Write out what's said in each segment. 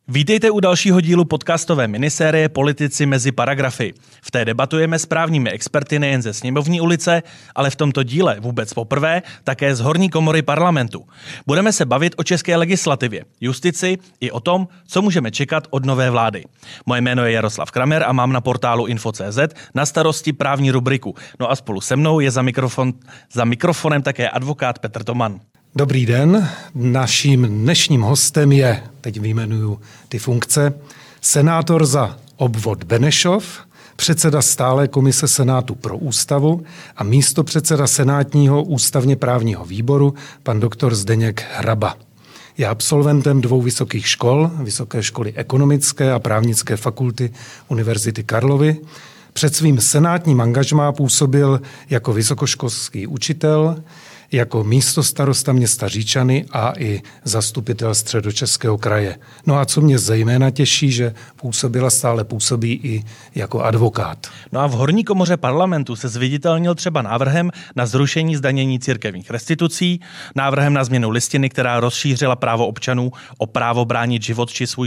Vítejte u dalšího dílu podcastové minisérie Politici mezi paragrafy. V té debatujeme s právními experty nejen ze Sněmovní ulice, ale v tomto díle vůbec poprvé také z horní komory parlamentu. Budeme se bavit o české legislativě, justici i o tom, co můžeme čekat od nové vlády. Moje jméno je Jaroslav Kramer a mám na portálu Info.cz na starosti právní rubriku. No a spolu se mnou je za mikrofonem také advokát Petr Toman. Dobrý den, naším dnešním hostem je, teď vyjmenuju ty funkce, senátor za obvod Benešov, předseda stálé komise Senátu pro ústavu a místopředseda senátního ústavně právního výboru, pan doktor Zdeněk Hraba. Je absolventem 2 vysokých škol, Vysoké školy ekonomické a právnické fakulty Univerzity Karlovy. Před svým senátním angažmá působil jako vysokoškolský učitel, jako místostarosta města Říčany a i zastupitel Středočeského kraje. No a co mě zejména těší, že stále působí i jako advokát. No a v horní komoře parlamentu se zviditelnil třeba návrhem na zrušení zdanění církevních restitucí, návrhem na změnu listiny, která rozšířila právo občanů o právo bránit život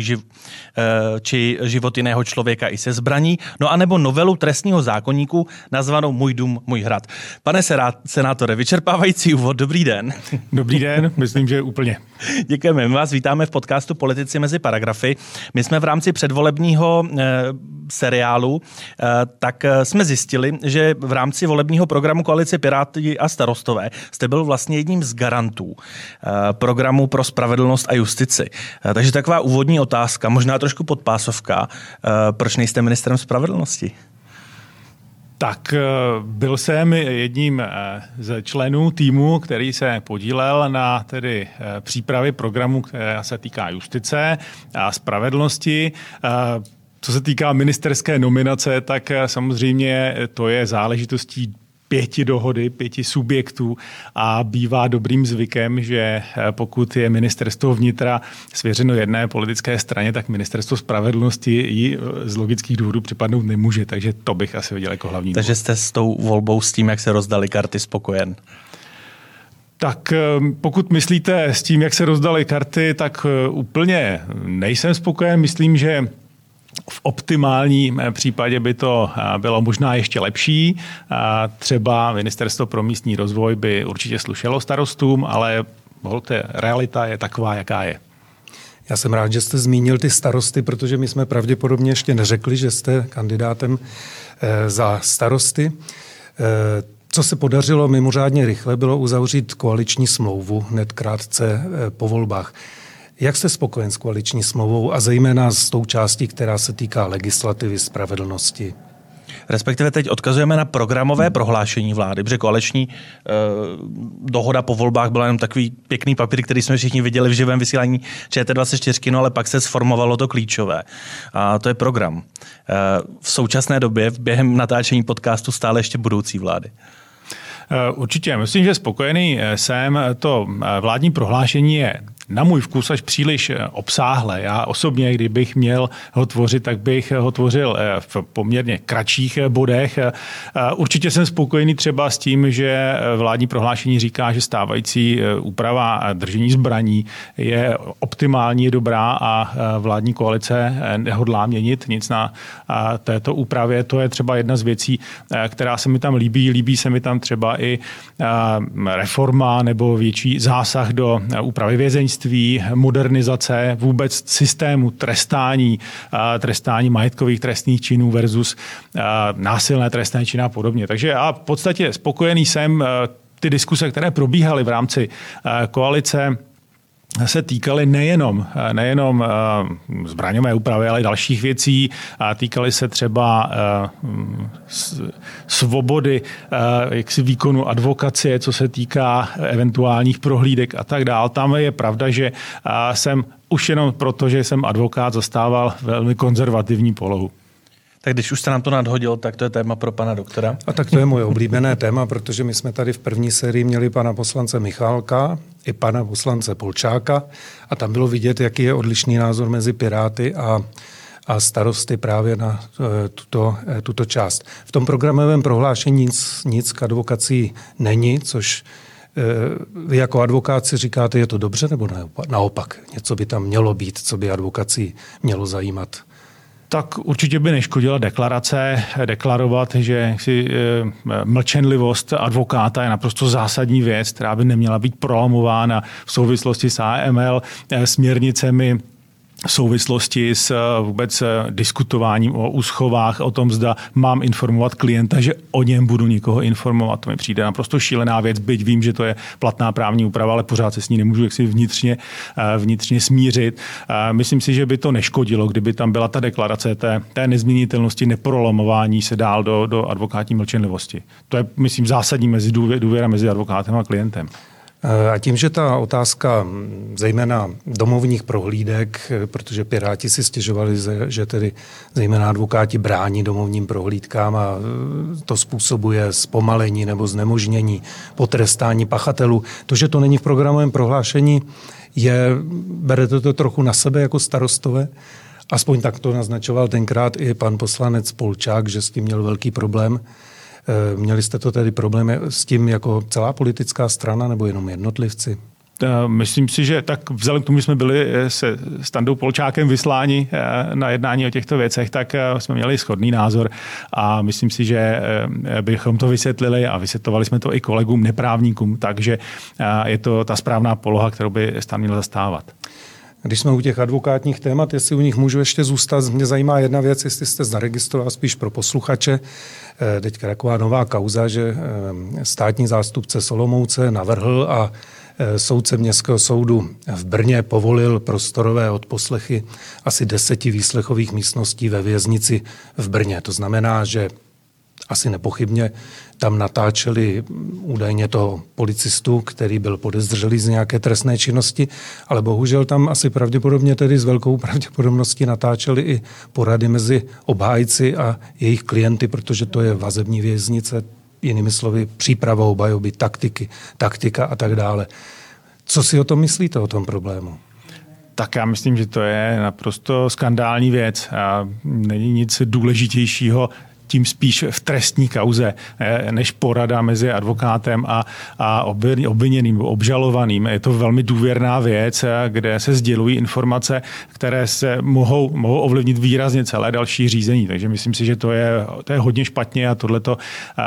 či život jiného člověka i se zbraní, no a nebo novelu trestního zákoníku nazvanou Můj dům, můj hrad. Pane senátore, vyčerpávající úvod, dobrý den. Dobrý den, myslím, že úplně. Děkujeme, my vás vítáme v podcastu Politici mezi paragrafy. My jsme v rámci předvolebního seriálu, tak jsme zjistili, že v rámci volebního programu Koalice Piráti a Starostové jste byl vlastně jedním z garantů programu pro spravedlnost a justici. Takže taková úvodní otázka, možná trošku podpásovka. Proč nejste ministrem spravedlnosti? Tak byl jsem jedním z členů týmu, který se podílel na tedy přípravě programu, která se týká justice a spravedlnosti. Co se týká ministerské nominace, tak samozřejmě to je záležitostí 5 dohody, 5 subjektů a bývá dobrým zvykem, že pokud je ministerstvo vnitra svěřeno jedné politické straně, tak ministerstvo spravedlnosti ji z logických důvodů připadnout nemůže, takže to bych asi viděl jako hlavní. Takže jste s tou volbou, s tím, jak se rozdaly karty, spokojen? Tak pokud myslíte s tím, jak se rozdaly karty, tak úplně nejsem spokojen. Myslím, že v optimálním případě by to bylo možná ještě lepší. Třeba Ministerstvo pro místní rozvoj by určitě slušelo starostům, ale realita je taková, jaká je. Já jsem rád, že jste zmínil ty starosty, protože my jsme pravděpodobně ještě neřekli, že jste kandidátem za starosty. Co se podařilo mimořádně rychle, bylo uzavřít koaliční smlouvu hned krátce po volbách. Jak jste spokojen s koaliční smlouvou a zejména s tou částí, která se týká legislativy spravedlnosti? Respektive teď odkazujeme na programové prohlášení vlády, protože koaliční dohoda po volbách byla jenom takový pěkný papír, který jsme všichni viděli v živém vysílání ČT24, no ale pak se sformovalo to klíčové. A to je program. V současné době, během natáčení podcastu, stále ještě budoucí vlády. Určitě. Myslím, že spokojený jsem. To vládní prohlášení je na můj vkus až příliš obsáhlé. Já osobně, kdybych měl ho tvořit, tak bych ho tvořil v poměrně kratších bodech. Určitě jsem spokojený třeba s tím, že vládní prohlášení říká, že stávající úprava držení zbraní je optimální, je dobrá a vládní koalice nehodlá měnit nic na této úpravě. To je třeba jedna z věcí, která se mi tam líbí. Líbí se mi tam třeba i reforma nebo větší zásah do úpravy vězeňství, modernizace vůbec systému trestání majetkových trestných činů versus násilné trestné činy a podobně. Takže já v podstatě spokojený jsem. Ty diskuse, které probíhaly v rámci koalice, se týkaly nejenom zbraňové úpravy, ale i dalších věcí. Týkaly se třeba svobody výkonu advokacie, co se týká eventuálních prohlídek a tak dál. Tam je pravda, že jsem už jenom proto, že jsem advokát, zastával velmi konzervativní polohu. Tak když už jste nám to nadhodil, tak to je téma pro pana doktora. A tak to je moje oblíbené téma, protože my jsme tady v první sérii měli pana poslance Michálka i pana poslance Polčáka a tam bylo vidět, jaký je odlišný názor mezi Piráty a starosty právě na tuto část. V tom programovém prohlášení nic k advokacii není, což Vy jako advokát si říkáte, je to dobře nebo naopak? Něco by tam mělo být, co by advokaci mělo zajímat? Tak určitě by neškodila deklarace, deklarovat, že mlčenlivost advokáta je naprosto zásadní věc, která by neměla být prolamována v souvislosti s AML, směrnicemi, v souvislosti s vůbec diskutováním o úschovách, o tom, zda mám informovat klienta, že o něm budu nikoho informovat. To mi přijde naprosto šílená věc, byť vím, že to je platná právní úprava, ale pořád se s ní nemůžu jaksi vnitřně smířit. Myslím si, že by to neškodilo, kdyby tam byla ta deklarace té nezměnitelnosti, neprolamování se dál do advokátní mlčenlivosti. To je, myslím, zásadní důvěra mezi advokátem a klientem. A tím, že ta otázka zejména domovních prohlídek, protože Piráti si stěžovali, že tedy zejména advokáti brání domovním prohlídkám a to způsobuje zpomalení nebo znemožnění potrestání pachatelů. To, že to není v programovém prohlášení, berete to trochu na sebe jako starostové? Aspoň tak to naznačoval tenkrát i pan poslanec Polčák, že s tím měl velký problém. Měli jste to tedy problémy s tím jako celá politická strana nebo jenom jednotlivci? Myslím si, že tak vzhledem k tomu, že jsme byli se Standou Polčákem vysláni na jednání o těchto věcech, tak jsme měli shodný názor a myslím si, že bychom to vysvětlili a vysvětlovali jsme to i kolegům neprávníkům, takže je to ta správná poloha, kterou by Stan měl zastávat. Když jsme u těch advokátních témat, jestli u nich můžu ještě zůstat, mě zajímá jedna věc, jestli jste zaregistroval spíš pro posluchače. Teďka taková nová kauza, že státní zástupce Solomouce navrhl a soudce Městského soudu v Brně povolil prostorové odposlechy asi 10 výslechových místností ve věznici v Brně. To znamená, že asi nepochybně tam natáčeli údajně toho policistu, který byl podezřelý z nějaké trestné činnosti, ale bohužel tam asi pravděpodobně tedy s velkou pravděpodobností natáčeli i porady mezi obhájci a jejich klienty, protože to je vazební věznice, jinými slovy příprava obhajoby, taktika a tak dále. Co si o tom myslíte, o tom problému? Tak já myslím, že to je naprosto skandální věc a není nic důležitějšího tím spíš v trestní kauze, než porada mezi advokátem a obviněným, obžalovaným. Je to velmi důvěrná věc, kde se sdělují informace, které se mohou ovlivnit výrazně celé další řízení. Takže myslím si, že to je hodně špatně a tohleto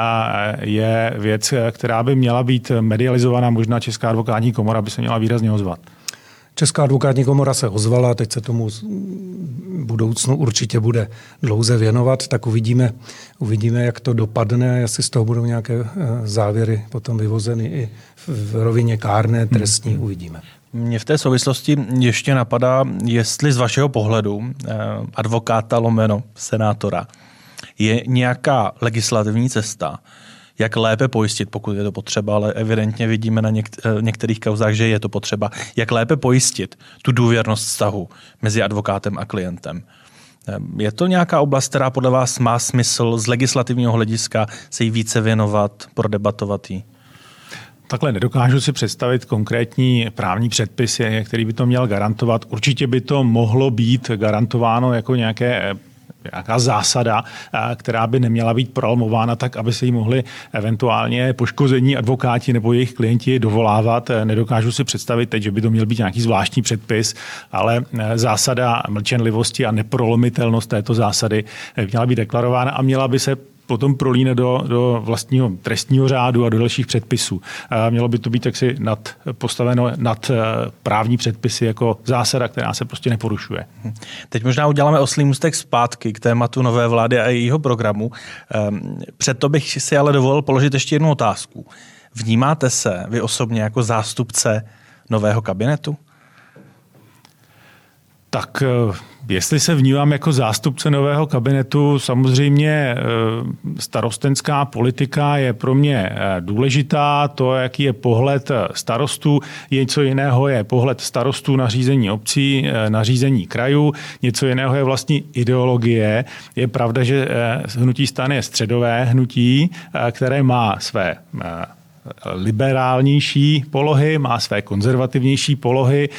je věc, která by měla být medializovaná. Možná Česká advokátní komora by se měla výrazně ozvat. Česká advokátní komora se ozvala, teď se tomu v budoucnu určitě bude dlouze věnovat, tak uvidíme, jak to dopadne, jestli z toho budou nějaké závěry potom vyvozeny i v rovině kárné, trestní, uvidíme. Mě v té souvislosti ještě napadá, jestli z vašeho pohledu advokáta lomeno senátora je nějaká legislativní cesta, jak lépe pojistit, pokud je to potřeba, ale evidentně vidíme na některých kauzách, že je to potřeba, jak lépe pojistit tu důvěrnost vztahu mezi advokátem a klientem. Je to nějaká oblast, která podle vás má smysl z legislativního hlediska se jí více věnovat, prodebatovat jí? Takhle nedokážu si představit konkrétní právní předpisy, který by to měl garantovat. Určitě by to mohlo být garantováno jako nějaká zásada, která by neměla být prolamována tak, aby se jí mohli eventuálně poškození advokáti nebo jejich klienti dovolávat. Nedokážu si představit teď, že by to měl být nějaký zvláštní předpis, ale zásada mlčenlivosti a neprolomitelnost této zásady měla být deklarována a měla by se potom prolíne do vlastního trestního řádu a do dalších předpisů. Mělo by to být taksi postaveno nad právní předpisy jako zásada, která se prostě neporušuje. Teď možná uděláme oslý můstek zpátky k tématu nové vlády a jejího programu. Přesto bych si ale dovolil položit ještě jednu otázku. Vnímáte se vy osobně jako zástupce nového kabinetu? Tak jestli se vnímám jako zástupce nového kabinetu, samozřejmě starostenská politika je pro mě důležitá. To, jaký je pohled starostů, něco jiného je pohled starostů na řízení obcí, na řízení krajů, něco jiného je vlastní ideologie. Je pravda, že hnutí STAN je středové hnutí, které má své liberálnější polohy, má své konzervativnější polohy.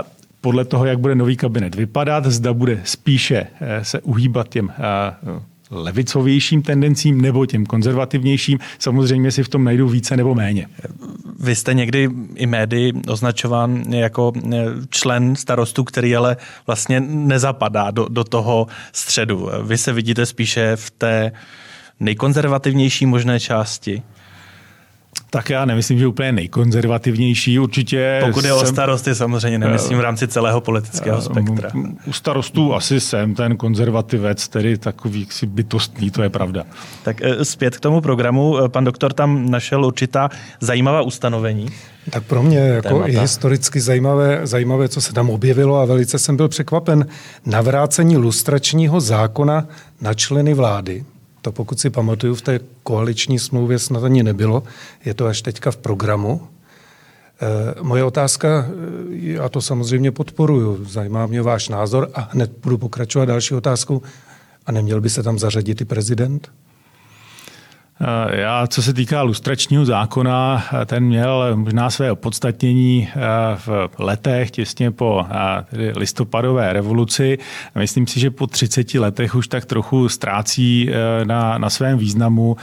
Podle toho, jak bude nový kabinet vypadat, zda bude spíše se uhýbat těm levicovějším tendencím nebo těm konzervativnějším. Samozřejmě si v tom najdu více nebo méně. Vy jste někdy i médii označován jako člen Starostů, který ale vlastně nezapadá do toho středu. Vy se vidíte spíše v té nejkonzervativnější možné části? Tak já nemyslím, že úplně nejkonzervativnější. Určitě pokud je o Starosty, samozřejmě nemyslím v rámci celého politického spektra. U Starostů asi jsem ten konzervativec, tedy takový bytostný, to je pravda. Tak zpět k tomu programu. Pan doktor tam našel určitá zajímavá ustanovení. Tak pro mě jako i historicky zajímavé, co se tam objevilo a velice jsem byl překvapen. Navrácení lustračního zákona na členy vlády. To pokud si pamatuju, v té koaliční smlouvě snad ani nebylo. Je to až teďka v programu. Moje otázka, já to samozřejmě podporuju, zajímá mě váš názor a hned budu pokračovat další otázkou. A neměl by se tam zařadit i prezident? Co se týká lustračního zákona, ten měl možná své opodstatnění v letech těsně po listopadové revoluci. Myslím si, že po 30 letech už tak trochu ztrácí na svém významu.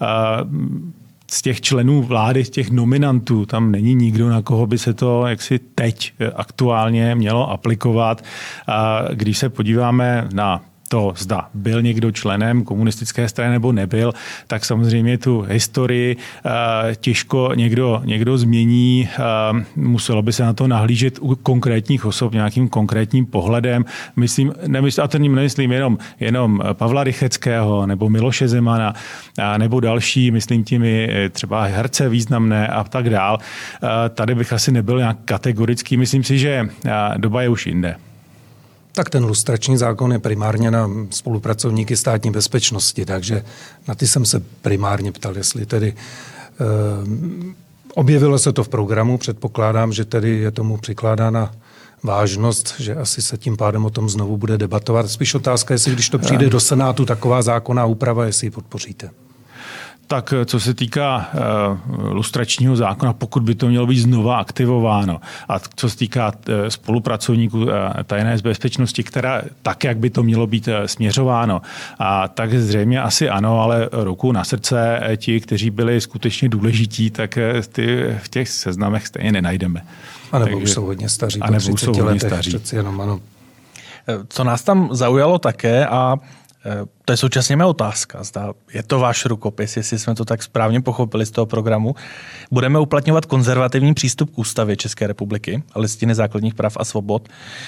Z těch členů vlády, z těch nominantů, tam není nikdo, na koho by se to jaksi teď aktuálně mělo aplikovat. Když se podíváme na to, zda byl někdo členem komunistické strany nebo nebyl, tak samozřejmě tu historii těžko někdo změní. Muselo by se na to nahlížet u konkrétních osob nějakým konkrétním pohledem. Nemyslím jenom Pavla Rycheckého nebo Miloše Zemana nebo další, myslím tím i třeba herce významné a tak dál. Tady bych asi nebyl nějak kategorický. Myslím si, že doba je už jinde. Tak ten lustrační zákon je primárně na spolupracovníky státní bezpečnosti, takže na ty jsem se primárně ptal, jestli tedy objevilo se to v programu, předpokládám, že tedy je tomu přikládána vážnost, že asi se tím pádem o tom znovu bude debatovat. Spíš otázka, jestli když to přijde do Senátu taková zákonná úprava, jestli ji podpoříte. Tak co se týká lustračního zákona, pokud by to mělo být znova aktivováno a co se týká spolupracovníků tajné bezpečnosti, která tak, jak by to mělo být směřováno, tak zřejmě asi ano, ale ruku na srdce ti, kteří byli skutečně důležití, tak ty v těch seznamech stejně nenajdeme. A nebo už jsou hodně staří, po 30 letech přeci jenom, ano. Co nás tam zaujalo také a to je současně mé otázka. Zda je to váš rukopis, jestli jsme to tak správně pochopili z toho programu. Budeme uplatňovat konzervativní přístup k ústavě České republiky a listiny základních práv a svobod.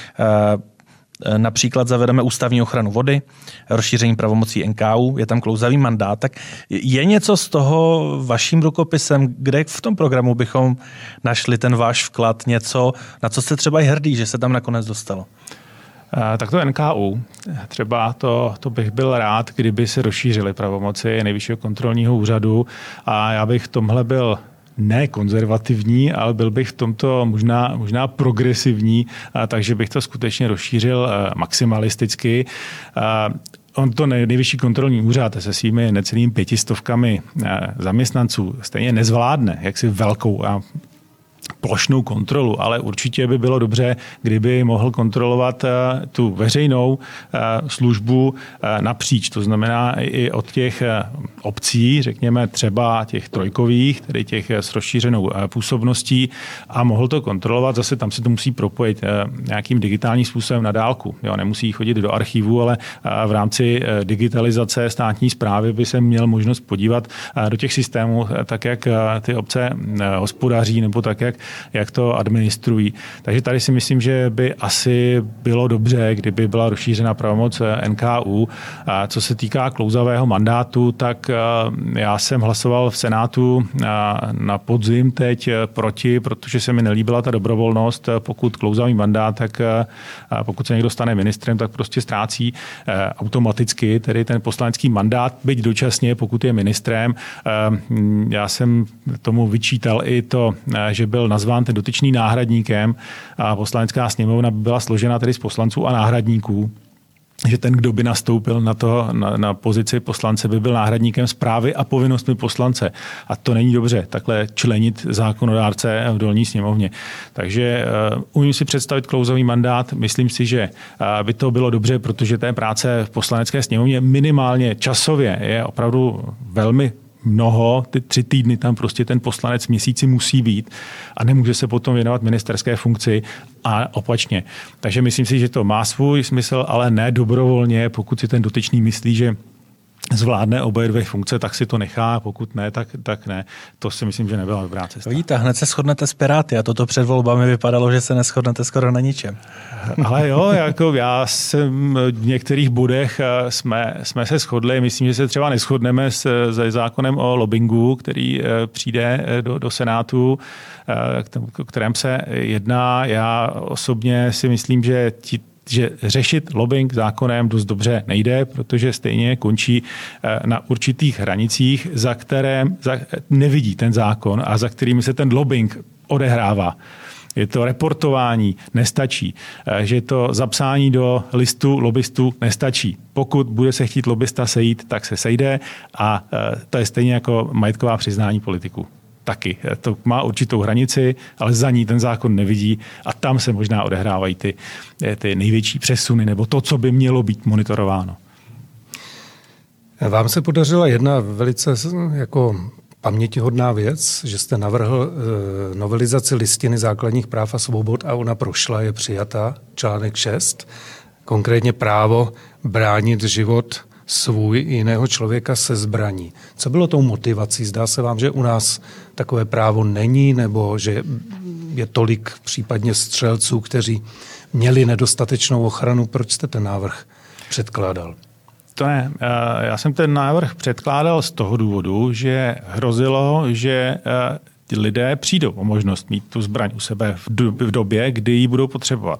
Například zavedeme ústavní ochranu vody, rozšíření pravomocí NKÚ, je tam klouzavý mandát. Tak je něco z toho vaším rukopisem, kde v tom programu bychom našli ten váš vklad, něco, na co jste třeba i hrdý, že se tam nakonec dostalo? Tak to NKÚ, třeba to bych byl rád, kdyby se rozšířily pravomoci Nejvyššího kontrolního úřadu a já bych v tomhle byl ne konzervativní, ale byl bych v tomto možná progresivní, takže bych to skutečně rozšířil maximalisticky. On to Nejvyšší kontrolní úřad se svými necelými 500 zaměstnanců stejně nezvládne, jaksi velkou a plošnou kontrolu, ale určitě by bylo dobře, kdyby mohl kontrolovat tu veřejnou službu napříč. To znamená i od těch obcí, řekněme třeba těch trojkových, tedy těch s rozšířenou působností a mohl to kontrolovat. Zase tam se to musí propojit nějakým digitálním způsobem na dálku. Jo, nemusí chodit do archivu, ale v rámci digitalizace státní správy by se měl možnost podívat do těch systémů, tak jak ty obce hospodaří nebo tak, jak to administrují. Takže tady si myslím, že by asi bylo dobře, kdyby byla rozšířena pravomoc NKÚ. A co se týká klouzavého mandátu, tak já jsem hlasoval v Senátu na podzim teď proti, protože se mi nelíbila ta dobrovolnost. Pokud klouzavý mandát, tak pokud se někdo stane ministrem, tak prostě ztrácí automaticky tedy ten poslanecký mandát, byť dočasně, pokud je ministrem. Já jsem tomu vyčítal i to, že byl nazván ten dotyčný náhradníkem a poslanecká sněmovna by byla složena tedy z poslanců a náhradníků. že ten, kdo by nastoupil na pozici poslance, by byl náhradníkem s právy a povinnostmi poslance. A to není dobře, takhle členit zákonodárce v dolní sněmovně. Takže umím si představit klouzavý mandát. Myslím si, že by to bylo dobře, protože té práce v poslanecké sněmovně minimálně časově je opravdu velmi mnoho, ty 3 týdny tam prostě ten poslanec v měsíci musí být a nemůže se potom věnovat ministerské funkci a opačně. Takže myslím si, že to má svůj smysl, ale ne dobrovolně, pokud si ten dotyčný myslí, že zvládne obě 2 funkce, tak si to nechá, pokud ne, tak ne. To si myslím, že nebyla dobrá cesta. Vidíte, hned se shodnete s Piráty a toto před volbami vypadalo, že se neshodnete skoro na ničem. Ale jo, jako já jsem v některých bodech jsme se shodli, myslím, že se třeba neshodneme se zákonem o lobbingu, který přijde do Senátu, o kterém se jedná. Já osobně si myslím, že řešit lobbying zákonem dost dobře nejde, protože stejně končí na určitých hranicích, za které nevidí ten zákon a za kterými se ten lobbying odehrává. Je to reportování, nestačí. Že to zapsání do listu lobbystů nestačí. Pokud bude se chtít lobbysta sejít, tak se sejde a to je stejně jako majetková přiznání politiků. Taky. To má určitou hranici, ale za ní ten zákon nevidí a tam se možná odehrávají ty největší přesuny nebo to, co by mělo být monitorováno. Vám se podařila jedna velice jako pamětihodná věc, že jste navrhl novelizaci listiny základních práv a svobod a ona prošla, je přijata, článek 6, konkrétně právo bránit život svůj i jiného člověka se zbraní. Co bylo tou motivací? Zdá se vám, že u nás takové právo není, nebo že je tolik případně střelců, kteří měli nedostatečnou ochranu? Proč jste ten návrh předkládal? To ne. Já jsem ten návrh předkládal z toho důvodu, že hrozilo, že lidé přijdou o možnost mít tu zbraň u sebe v době, kdy ji budou potřebovat.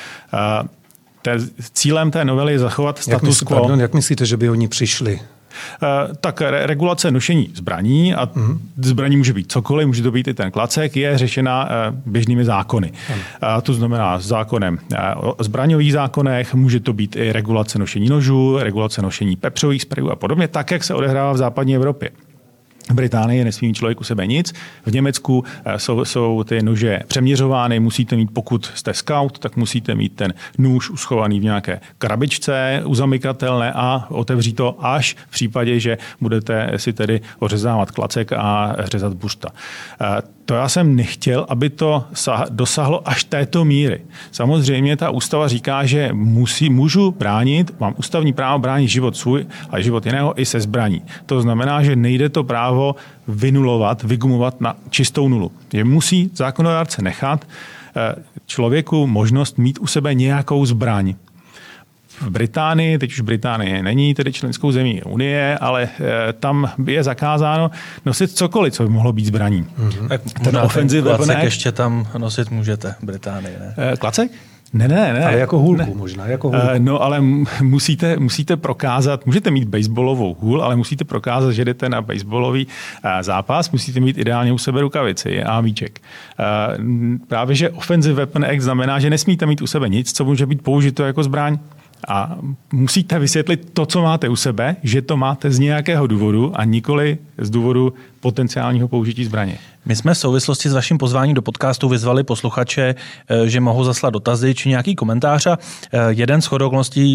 Cílem té novely je zachovat status quo. Jak myslíte, že by oni přišli? Tak regulace nošení zbraní a zbraní může být cokoliv, může to být i ten klacek, je řešena běžnými zákony. To znamená zákonem o zbraňových zákonech, může to být i regulace nošení nožů, regulace nošení pepřových sprejů a podobně, tak, jak se odehrává v západní Evropě. V Británii nesmí mít člověk u sebe nic. V Německu jsou ty nože přeměřovány, musíte mít, pokud jste scout, tak musíte mít ten nůž uschovaný v nějaké krabičce, uzamykatelné a otevřít to až v případě, že budete si tedy ořezávat klacek a řezat buřta. To já jsem nechtěl, aby to dosáhlo až této míry. Samozřejmě ta ústava říká, že můžu bránit, mám ústavní právo bránit život svůj a život jiného i se zbraní. To znamená, že nejde to právo vygumovat na čistou nulu. Že musí zákonodárce nechat člověku možnost mít u sebe nějakou zbraň. V Británii, teď už Británie není tedy členskou zemí Unie, ale tam je zakázáno nosit cokoliv, co by mohlo být zbraní. Ten offensive klacek ještě tam nosit můžete v Británii, ne? Klacek? Ne. Ale jako hůlku možná, jako hůlku. No, ale musíte prokázat, můžete mít baseballovou hůl, ale musíte prokázat, že jdete na baseballový zápas, musíte mít ideálně u sebe rukavici a míček. Právě, že Offensive Weapon Act znamená, že nesmíte mít u sebe nic, co může být použito jako zbraň. A musíte vysvětlit to, co máte u sebe, že to máte z nějakého důvodu a nikoli z důvodu potenciálního použití zbraně. My jsme v souvislosti s vaším pozváním do podcastu vyzvali posluchače, že mohou zaslat dotazy či nějaký komentář. Jeden shodou okolností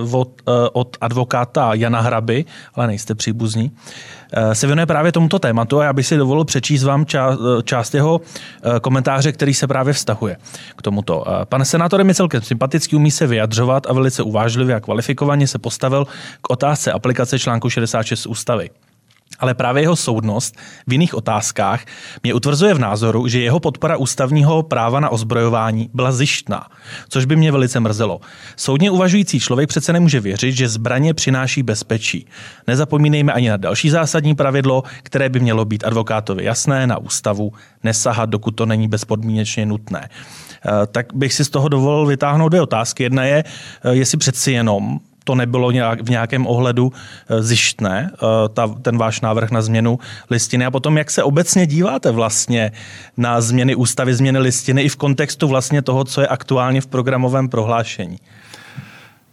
od advokáta Jana Hraby, ale nejste příbuzní, se věnuje právě tomuto tématu a já bych si dovolil přečíst vám část jeho komentáře, který se právě vztahuje k tomuto. Pan senátor je mi celkem sympatický, umí se vyjadřovat a velice uvážlivě a kvalifikovaně se postavil k otázce aplikace článku 66 ústavy. Ale právě jeho soudnost v jiných otázkách mě utvrzuje v názoru, že jeho podpora ústavního práva na ozbrojování byla zištná, což by mě velice mrzelo. Soudně uvažující člověk přece nemůže věřit, že zbraně přináší bezpečí. Nezapomínejme ani na další zásadní pravidlo, které by mělo být advokátovi jasné, na ústavu nesahat, dokud to není bezpodmínečně nutné. Tak bych si z toho dovolil vytáhnout 2 otázky. Jedna je, jestli přeci jenom to nebylo v nějakém ohledu zištné, ten váš návrh na změnu listiny. A potom, jak se obecně díváte vlastně na změny ústavy, změny listiny i v kontextu vlastně toho, co je aktuálně v programovém prohlášení?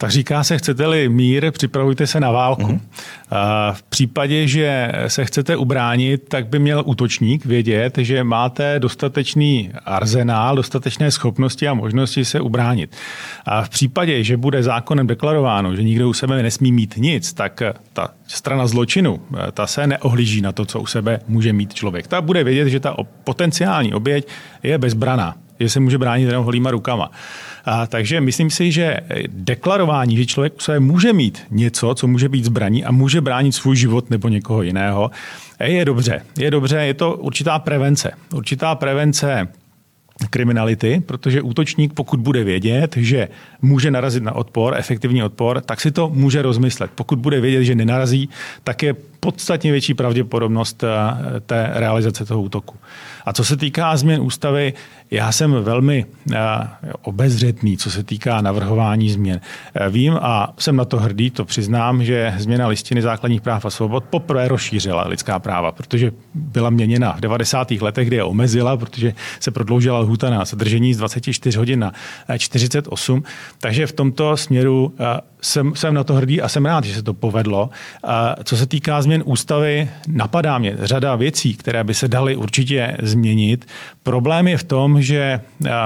Tak říká se, chcete-li mír, připravujte se na válku. V případě, že se chcete ubránit, tak by měl útočník vědět, že máte dostatečný arzenál, dostatečné schopnosti a možnosti se ubránit. A v případě, že bude zákonem deklarováno, že nikdo u sebe nesmí mít nic, tak ta strana zločinu, ta se neohlíží na to, co u sebe může mít člověk. Ta bude vědět, že ta potenciální oběť je bezbraná, že se může bránit jenom holýma rukama. Takže myslím si, že deklarování, že člověk u sebe může mít něco, co může být zbraní a může bránit svůj život nebo někoho jiného, je dobře. Je to určitá prevence kriminality, protože útočník, pokud bude vědět, že může narazit na odpor, efektivní odpor, tak si to může rozmyslet. Pokud bude vědět, že nenarazí, tak je podstatně větší pravděpodobnost té realizace toho útoku. A co se týká změn ústavy, já jsem velmi obezřetný, co se týká navrhování změn. Vím a jsem na to hrdý, to přiznám, že změna Listiny základních práv a svobod poprvé rozšířila lidská práva, protože byla měněna v 90. letech, kdy je omezila, protože se prodloužila lhůta na zadržení z 24 hodin na 48. Takže v tomto směru jsem na to hrdý a jsem rád, že se to povedlo. Co se týká změn ústavy, napadá mě řada věcí, které by se daly určitě změnit. Problém je v tom, že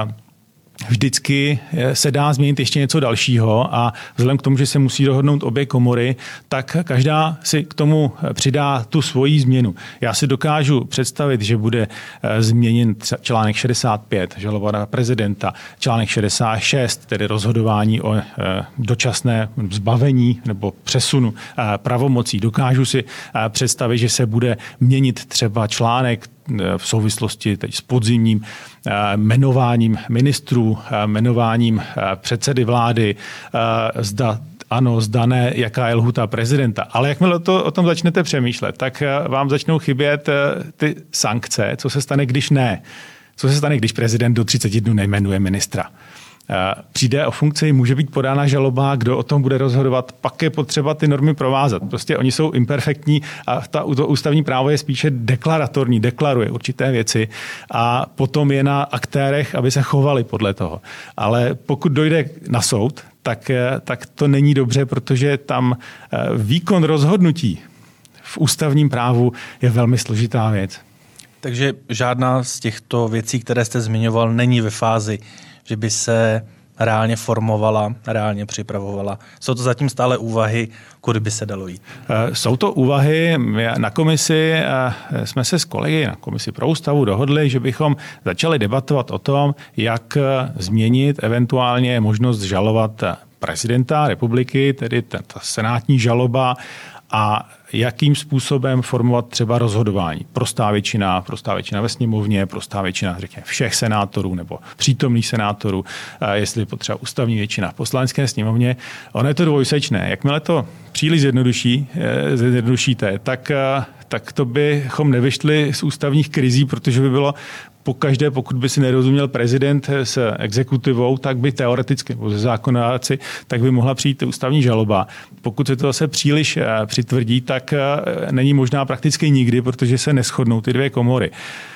vždycky se dá změnit ještě něco dalšího a vzhledem k tomu, že se musí dohodnout obě komory, tak každá si k tomu přidá tu svoji změnu. Já si dokážu představit, že bude změněn článek 65, žaloba na prezidenta, článek 66, tedy rozhodování o dočasné zbavení nebo přesunu pravomocí. Dokážu si představit, že se bude měnit třeba článek v souvislosti teď s podzimním jmenováním ministrů, jmenováním předsedy vlády, zda ano, zda ne, jaká je lhůta prezidenta. Ale jakmile o tom začnete přemýšlet, tak vám začnou chybět ty sankce, co se stane, když ne. Co se stane, když prezident do 30 dnů nejmenuje ministra. Přijde o funkci, může být podána žaloba, kdo o tom bude rozhodovat, pak je potřeba ty normy provázat. Prostě oni jsou imperfektní a to ústavní právo je spíše deklaratorní, deklaruje určité věci a potom je na aktérech, aby se chovali podle toho. Ale pokud dojde na soud, tak to není dobře, protože tam výkon rozhodnutí v ústavním právu je velmi složitá věc. Takže žádná z těchto věcí, které jste zmiňoval, není ve fázi, že by se reálně formovala, reálně připravovala. Jsou to zatím stále úvahy, kudy by se dalo jít? Jsou to úvahy. Na komisi jsme se s kolegy na komisi pro ústavu dohodli, že bychom začali debatovat o tom, jak změnit eventuálně možnost žalovat prezidenta republiky, tedy ta senátní žaloba, a jakým způsobem formovat třeba rozhodování. Prostá většina ve sněmovně, prostá většina řekněme, všech senátorů nebo přítomných senátorů, jestli potřeba ústavní většina v poslanecké sněmovně. Ono je to dvojsečné. Jakmile to příliš zjednodušíte, tak to bychom nevyšli z ústavních krizí, protože by bylo pokaždé, pokud by si nerozuměl prezident s exekutivou, tak by teoreticky, nebo ze zákonodáci, tak by mohla přijít ústavní žaloba. Pokud se to zase příliš přitvrdí, tak není možná prakticky nikdy, protože se neshodnou ty dvě komory.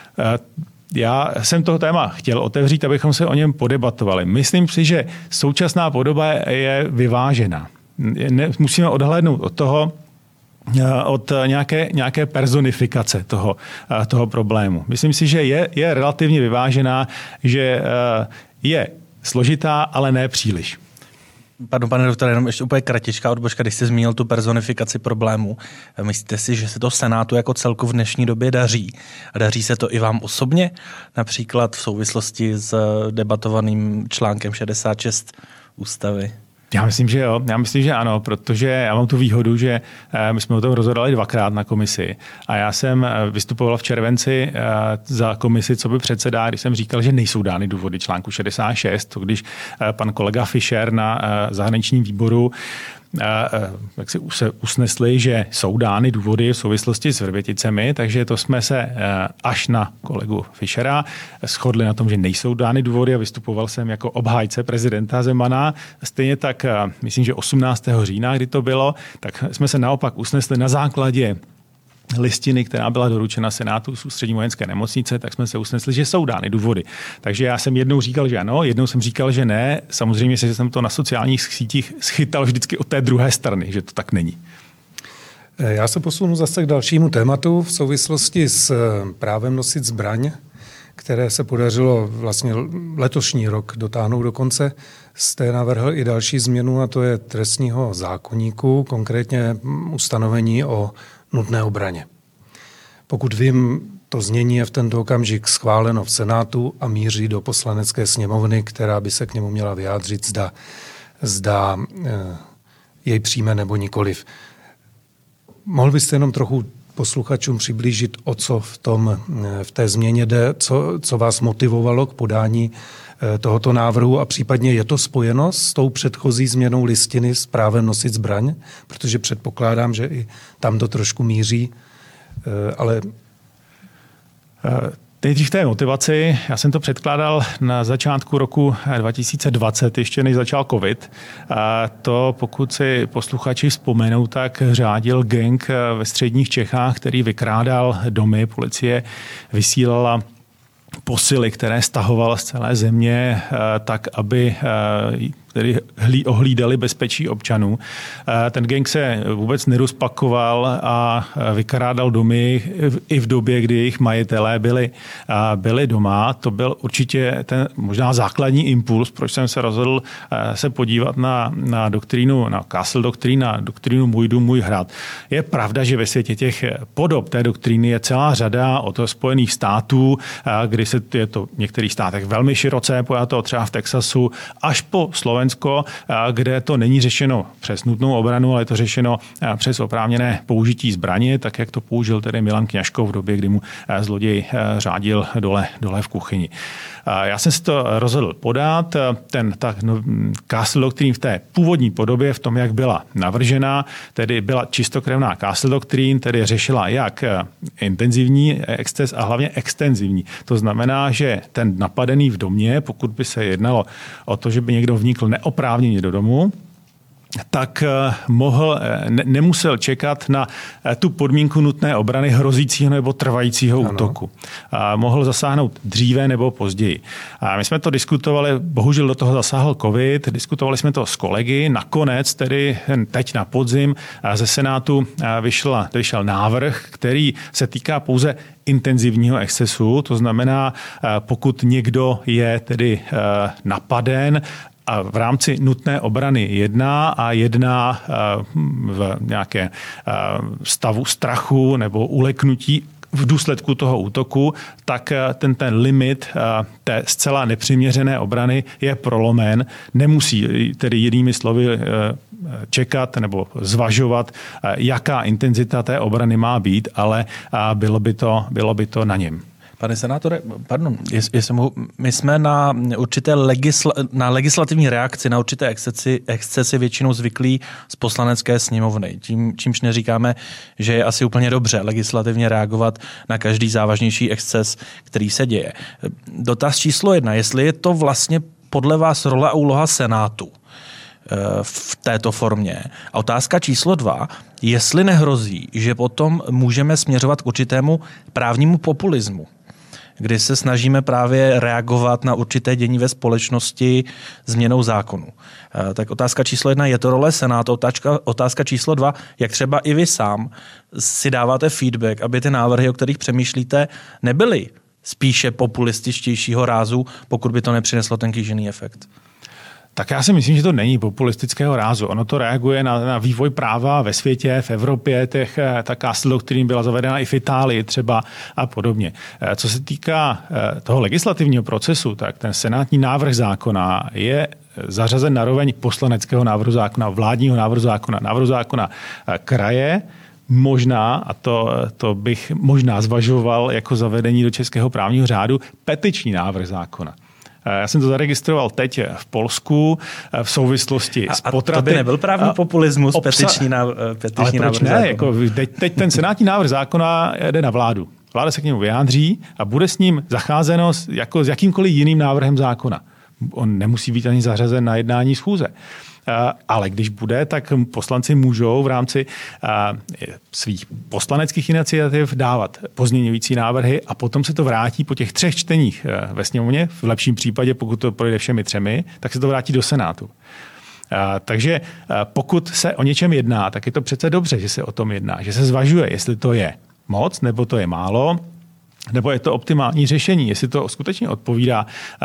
Já jsem toho téma chtěl otevřít, abychom se o něm podebatovali. Myslím si, že současná podoba je vyvážená. Musíme odhlédnout od toho, od nějaké personifikace toho problému. Myslím si, že je relativně vyvážená, že je složitá, ale ne příliš. Pardon, pane doktore, jenom ještě úplně kratičká odbočka, když jste zmínil tu personifikaci problému. Myslíte si, že se to Senátu jako celku v dnešní době daří? A daří se to i vám osobně? Například v souvislosti s debatovaným článkem 66 ústavy? Já myslím, že jo. Já myslím, že ano, protože já mám tu výhodu, že my jsme o tom rozhodali 2krát na komisi a já jsem vystupoval v červenci za komisi, co by předseda, když jsem říkal, že nejsou dány důvody článku 66, to když pan kolega Fischer na zahraničním výboru jak si se usnesli, že jsou dány důvody v souvislosti s Vrběticemi, takže to jsme se až na kolegu Fischera shodli na tom, že nejsou dány důvody a vystupoval jsem jako obhájce prezidenta Zemana. Stejně tak, myslím, že 18. října, kdy to bylo, tak jsme se naopak usnesli na základě listiny, která byla doručena Senátu z Ústřední vojenské nemocnice, tak jsme se usnesli, že jsou dány důvody. Takže já jsem jednou říkal, že ano, jednou jsem říkal, že ne. Samozřejmě, že jsem to na sociálních sítích schytal vždycky od té druhé strany, že to tak není. Já se posunu zase k dalšímu tématu v souvislosti s právem nosit zbraň, které se podařilo vlastně letošní rok dotáhnout do konce. Jste navrhl i další změnu, a to je trestního zákoníku, konkrétně ustanovení o nutné obraně. Pokud vím, to znění je v tento okamžik schváleno v Senátu a míří do Poslanecké sněmovny, která by se k němu měla vyjádřit, zda jej přijme nebo nikoliv. Mohl byste jenom trochu posluchačům přiblížit, o co v té změně jde, co vás motivovalo k podání tohoto návrhu a případně je to spojeno s tou předchozí změnou listiny s právem nosit zbraň, protože předpokládám, že i tam to trošku míří, ale... Nejdřív té motivaci. Já jsem to předkládal na začátku roku 2020, ještě než začal covid. A to, pokud si posluchači vzpomenou, tak řádil gang ve středních Čechách, který vykrádal domy. Policie vysílala posily, které stahovala z celé země, tak, aby tedy ohlídali bezpečí občanů. Ten gang se vůbec nerozpakoval a vykrádal domy i v době, kdy jejich majitelé byli doma. To byl určitě ten možná základní impuls, proč jsem se rozhodl se podívat na doktrínu, na Castle doktrín, na doktrínu Můj dům, můj hrad. Je pravda, že ve světě těch podob té doktríny je celá řada od Spojených států, kdy se je to v některých státech velmi široce pojato, třeba v Texasu, až po Slovensko, kde to není řešeno přes nutnou obranu, ale je to řešeno přes oprávněné použití zbraně, tak jak to použil tedy Milan Kňažko v době, kdy mu zloděj řádil dole v kuchyni. Já jsem si to rozhodl podat. Castle doktrín v té původní podobě, v tom, jak byla navržena, tedy byla čistokrevná Castle doktrín, tedy řešila jak intenzivní exces a hlavně extenzivní. To znamená, že ten napadený v domě, pokud by se jednalo o to, že by někdo vnikl neoprávněně do domu, tak nemusel čekat na tu podmínku nutné obrany hrozícího nebo trvajícího útoku. Mohl zasáhnout dříve nebo později. My jsme to diskutovali, bohužel do toho zasáhl covid, diskutovali jsme to s kolegy, nakonec tedy teď na podzim ze Senátu vyšel návrh, který se týká pouze intenzivního excesu, to znamená, pokud někdo je tedy napaden, a v rámci nutné obrany jedná v nějaké stavu strachu nebo uleknutí v důsledku toho útoku, tak ten limit té zcela nepřiměřené obrany je prolomen. Nemusí tedy jinými slovy čekat nebo zvažovat, jaká intenzita té obrany má být, ale bylo by to na něm. Pane senátore, pardon, jestli mohu, my jsme na určité legislativní reakci, na určité excesy většinou zvyklí z Poslanecké sněmovny. Čímž neříkáme, že je asi úplně dobře legislativně reagovat na každý závažnější exces, který se děje. Dotaz číslo 1, jestli je to vlastně podle vás role a úloha Senátu v této formě. A otázka číslo 2, jestli nehrozí, že potom můžeme směřovat k určitému právnímu populismu, kdy se snažíme právě reagovat na určité dění ve společnosti změnou zákonu. Tak otázka číslo 1, je to role Senátu. Otázka číslo 2, jak třeba i vy sám si dáváte feedback, aby ty návrhy, o kterých přemýšlíte, nebyly spíše populističtějšího rázu, pokud by to nepřineslo ten kýžený efekt. Tak já si myslím, že to není populistického rázu. Ono to reaguje na vývoj práva ve světě, v Evropě, ta Castle doktrín byla zavedena i v Itálii třeba a podobně. Co se týká toho legislativního procesu, tak ten senátní návrh zákona je zařazen na roveň poslaneckého návrhu zákona, vládního návrhu zákona kraje, možná, a to bych možná zvažoval jako zavedení do českého právního řádu, petiční návrh zákona. Já jsem to zaregistroval teď v Polsku v souvislosti s potraty. A to by nebyl právní populismus, petiční návrh ale proč ne? Jako teď ten senátní návrh zákona jde na vládu. Vláda se k němu vyjádří a bude s ním zacházeno jako s jakýmkoliv jiným návrhem zákona. on nemusí být ani zařazen na jednání schůze. Ale když bude, tak poslanci můžou v rámci svých poslaneckých iniciativ dávat pozměňující návrhy a potom se to vrátí po těch 3 čteních ve sněmovně, v lepším případě, pokud to projde všemi 3, tak se to vrátí do Senátu. Takže pokud se o něčem jedná, tak je to přece dobře, že se o tom jedná, že se zvažuje, jestli to je moc, nebo to je málo, nebo je to optimální řešení, jestli to skutečně odpovídá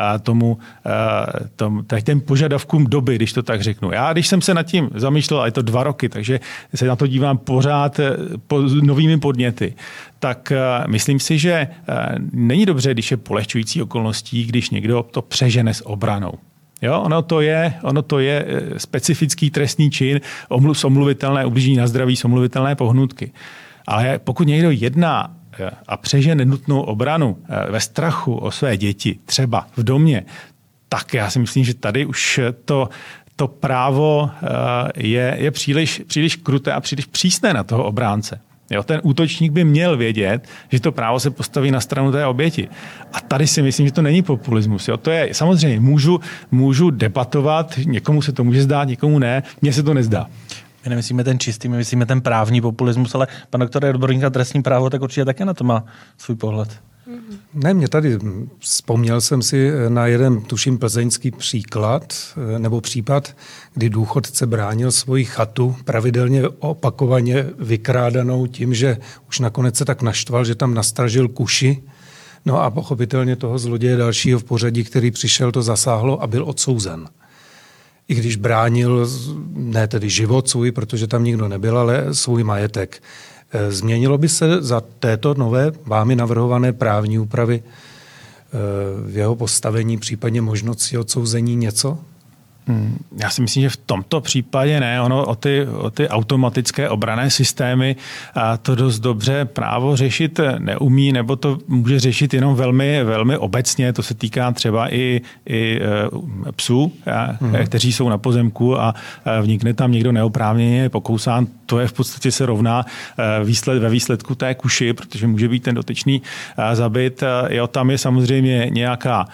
těm požadavkům doby, když to tak řeknu. Já, když jsem se nad tím zamýšlel, a je to 2 roky, takže se na to dívám pořád novými podněty, tak myslím si, že není dobře, když je polehčující okolností, když někdo to přežene s obranou. Jo, ono to je specifický trestný čin, omluvitelné ublížení na zdraví, omluvitelné pohnutky. Ale pokud někdo jedná a přežene nutnou obranu ve strachu o své děti, třeba v domě, tak já si myslím, že tady už to právo je příliš kruté a příliš přísné na toho obránce. Jo, ten útočník by měl vědět, že to právo se postaví na stranu té oběti. A tady si myslím, že to není populismus. Jo. To je samozřejmě, můžu debatovat, někomu se to může zdát, někomu ne, mně se to nezdá. My nemyslíme ten čistý, my myslíme ten právní populismus, ale pan doktor je odborník na trestní právo, tak určitě také na to má svůj pohled. Ne, mě tady vzpomněl jsem si na jeden, tuším, plzeňský případ, kdy důchodce bránil svoji chatu pravidelně opakovaně vykrádanou tím, že už nakonec se tak naštval, že tam nastražil kuši. No a pochopitelně toho zloděje dalšího v pořadí, který přišel, to zasáhlo a byl odsouzen. I když bránil ne tedy život svůj, protože tam nikdo nebyl, ale svůj majetek. Změnilo by se za této nové vámi navrhované právní úpravy v jeho postavení, případně možnosti odsouzení něco? Já si myslím, že v tomto případě ne. Ono o ty automatické obranné systémy to dost dobře právo řešit neumí, nebo to může řešit jenom velmi, velmi obecně. To se týká třeba i psů, kteří jsou na pozemku a vnikne tam někdo neoprávněně, je pokousán. To je v podstatě se rovná ve výsledku té kuši, protože může být ten dotyčný zabit. Jo, tam je samozřejmě nějaká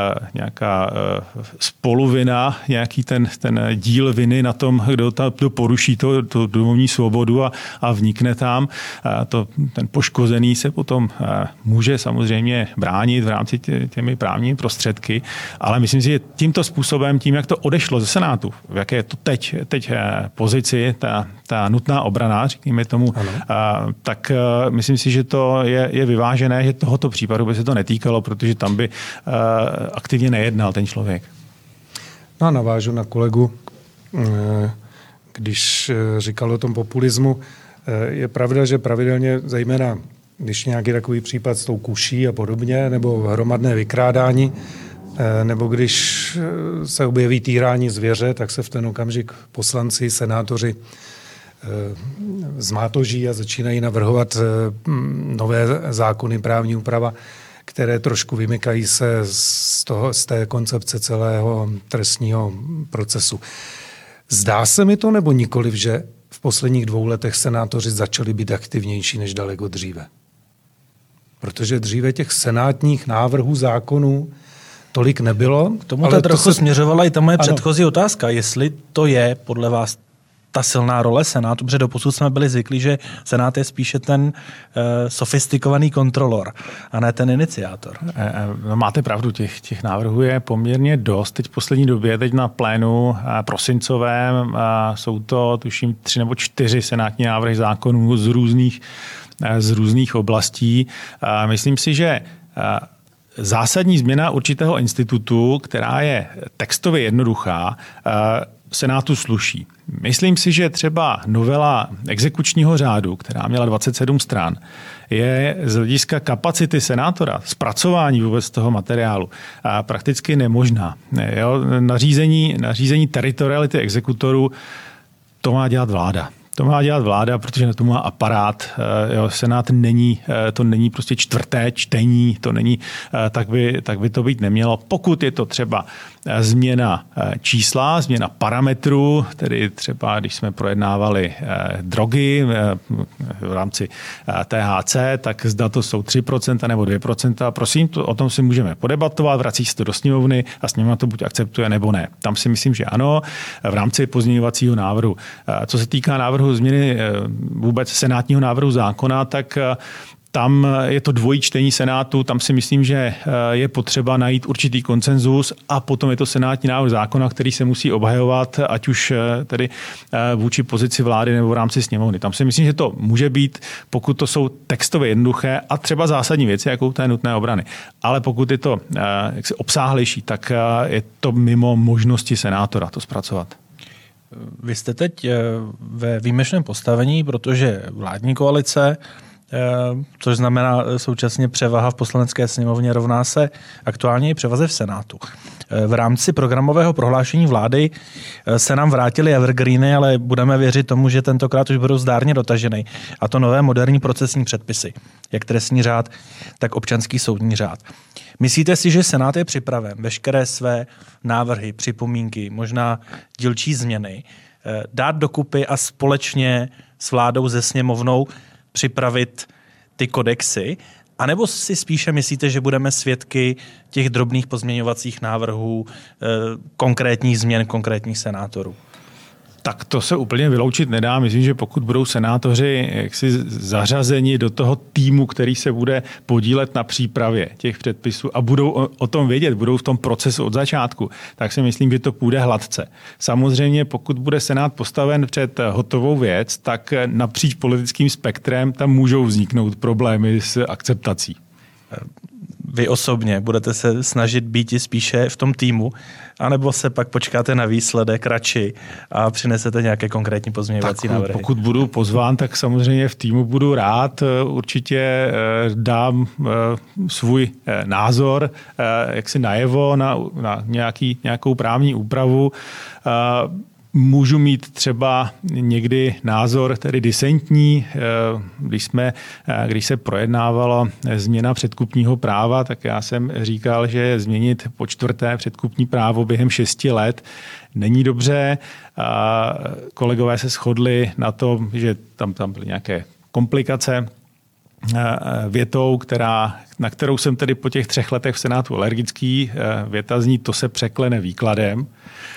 spoluvina, nějaký ten díl viny na tom, kdo poruší tu domovní svobodu a vnikne tam. Ten poškozený se potom může samozřejmě bránit v rámci těmi právními prostředky, ale myslím si, že tímto způsobem, tím, jak to odešlo ze Senátu, v jaké je to teď pozici, ta nutná obrana, řekněme tomu, tak myslím si, že to je vyvážené, že tohoto případu by se to netýkalo, protože tam by aktivně nejednal ten člověk. No a navážu na kolegu, když říkal o tom populismu. Je pravda, že pravidelně, zejména když nějaký takový případ s tou kuší a podobně, nebo hromadné vykrádání, nebo když se objeví týrání zvěře, tak se v ten okamžik poslanci, senátoři zmátoží a začínají navrhovat nové zákony, právní úprava, které trošku vymykají se z té koncepce celého trestního procesu. Zdá se mi to, nebo nikoliv, že v posledních 2 letech senátoři začali být aktivnější než daleko dříve? Protože dříve těch senátních návrhů zákonů tolik nebylo. K tomu to trochu směřovala i ta moje předchozí otázka, jestli to je podle vás ta silná role Senátu, protože doposud jsme byli zvyklí, že Senát je spíše ten sofistikovaný kontrolor a ne ten iniciátor. Máte pravdu, těch návrhů je poměrně dost. Teď v poslední době, teď na plénu prosincovém, jsou to tuším 3 nebo 4 senátní návrhy zákonů z různých oblastí. Myslím si, že zásadní změna určitého institutu, která je textově jednoduchá, Senátu sluší. Myslím si, že třeba novela exekučního řádu, která měla 27 stran, je z hlediska kapacity senátora, zpracování vůbec toho materiálu, prakticky nemožná. Jo? Nařízení teritoriality exekutorů, to má dělat vláda. To má dělat vláda, protože na to má aparát. Senát to není prostě čtvrté čtení, to není, tak by to být nemělo. Pokud je to třeba změna čísla, změna parametrů, tedy třeba když jsme projednávali drogy v rámci THC, tak zda to jsou 3% nebo 2%. Prosím, o tom si můžeme podebatovat, vrací se to do sněmovny a sněmovna to buď akceptuje nebo ne. Tam si myslím, že ano, v rámci pozměňovacího návrhu. Co se týká návrhu změny vůbec senátního návrhu zákona, tak tam je to dvojí čtení Senátu, tam si myslím, že je potřeba najít určitý konsenzus a potom je to senátní návrh zákona, který se musí obhajovat, ať už tedy vůči pozici vlády nebo v rámci sněmovny. Tam si myslím, že to může být, pokud to jsou textově jednoduché a třeba zásadní věci, jako té nutné obrany. Ale pokud je to jaksi obsáhlejší, tak je to mimo možnosti senátora to zpracovat. Vy jste teď ve výjimečném postavení, protože vládní koalice, což znamená současně převaha v poslanecké sněmovně, rovná se aktuálně i převaze v Senátu. V rámci programového prohlášení vlády se nám vrátily evergreeny, ale budeme věřit tomu, že tentokrát už budou zdárně dotaženy. A to nové moderní procesní předpisy, jak trestní řád, tak občanský soudní řád. Myslíte si, že Senát je připraven veškeré své návrhy, připomínky, možná dílčí změny dát dokupy a společně s vládou, se sněmovnou připravit ty kodexy? A nebo si spíše myslíte, že budeme svědky těch drobných pozměňovacích návrhů, konkrétních změn konkrétních senátorů? Tak to se úplně vyloučit nedá. Myslím, že pokud budou senátoři jaksi zařazeni do toho týmu, který se bude podílet na přípravě těch předpisů a budou o tom vědět, budou v tom procesu od začátku, tak si myslím, že to půjde hladce. Samozřejmě, pokud bude Senát postaven před hotovou věc, tak napříč politickým spektrem tam můžou vzniknout problémy s akceptací. Vy osobně budete se snažit být i spíše v tom týmu, anebo se pak počkáte na výsledek radši a přinesete nějaké konkrétní pozměňovací návrhy? Pokud budu pozván, tak samozřejmě v týmu budu rád. Určitě dám svůj názor jaksi najevo na nějakou právní úpravu. Můžu mít třeba někdy názor tedy disentní. Když se projednávalo změna předkupního práva, tak já jsem říkal, že změnit po čtvrté předkupní právo během 6 let není dobře. Kolegové se shodli na tom, že tam byly nějaké komplikace větou, na kterou jsem tedy po těch 3 letech v Senátu alergický. Věta zní, to se překlene výkladem.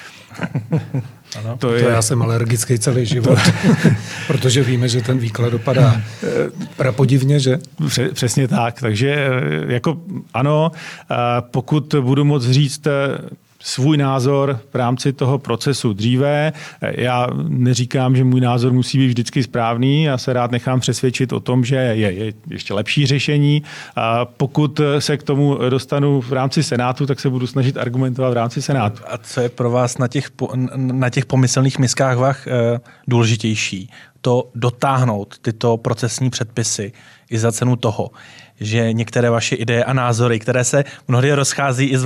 Ano, to já jsem alergický celý život, protože víme, že ten výklad dopadá prapodivně, že? Přesně tak, takže jako ano, pokud budu moct říct svůj názor v rámci toho procesu dříve. Já neříkám, že můj názor musí být vždycky správný, já se rád nechám přesvědčit o tom, že je ještě lepší řešení. A pokud se k tomu dostanu v rámci Senátu, tak se budu snažit argumentovat v rámci Senátu. A co je pro vás na těch pomyslných miskách vah důležitější? To dotáhnout tyto procesní předpisy i za cenu toho, že některé vaše ideje a názory, které se mnohdy rozchází i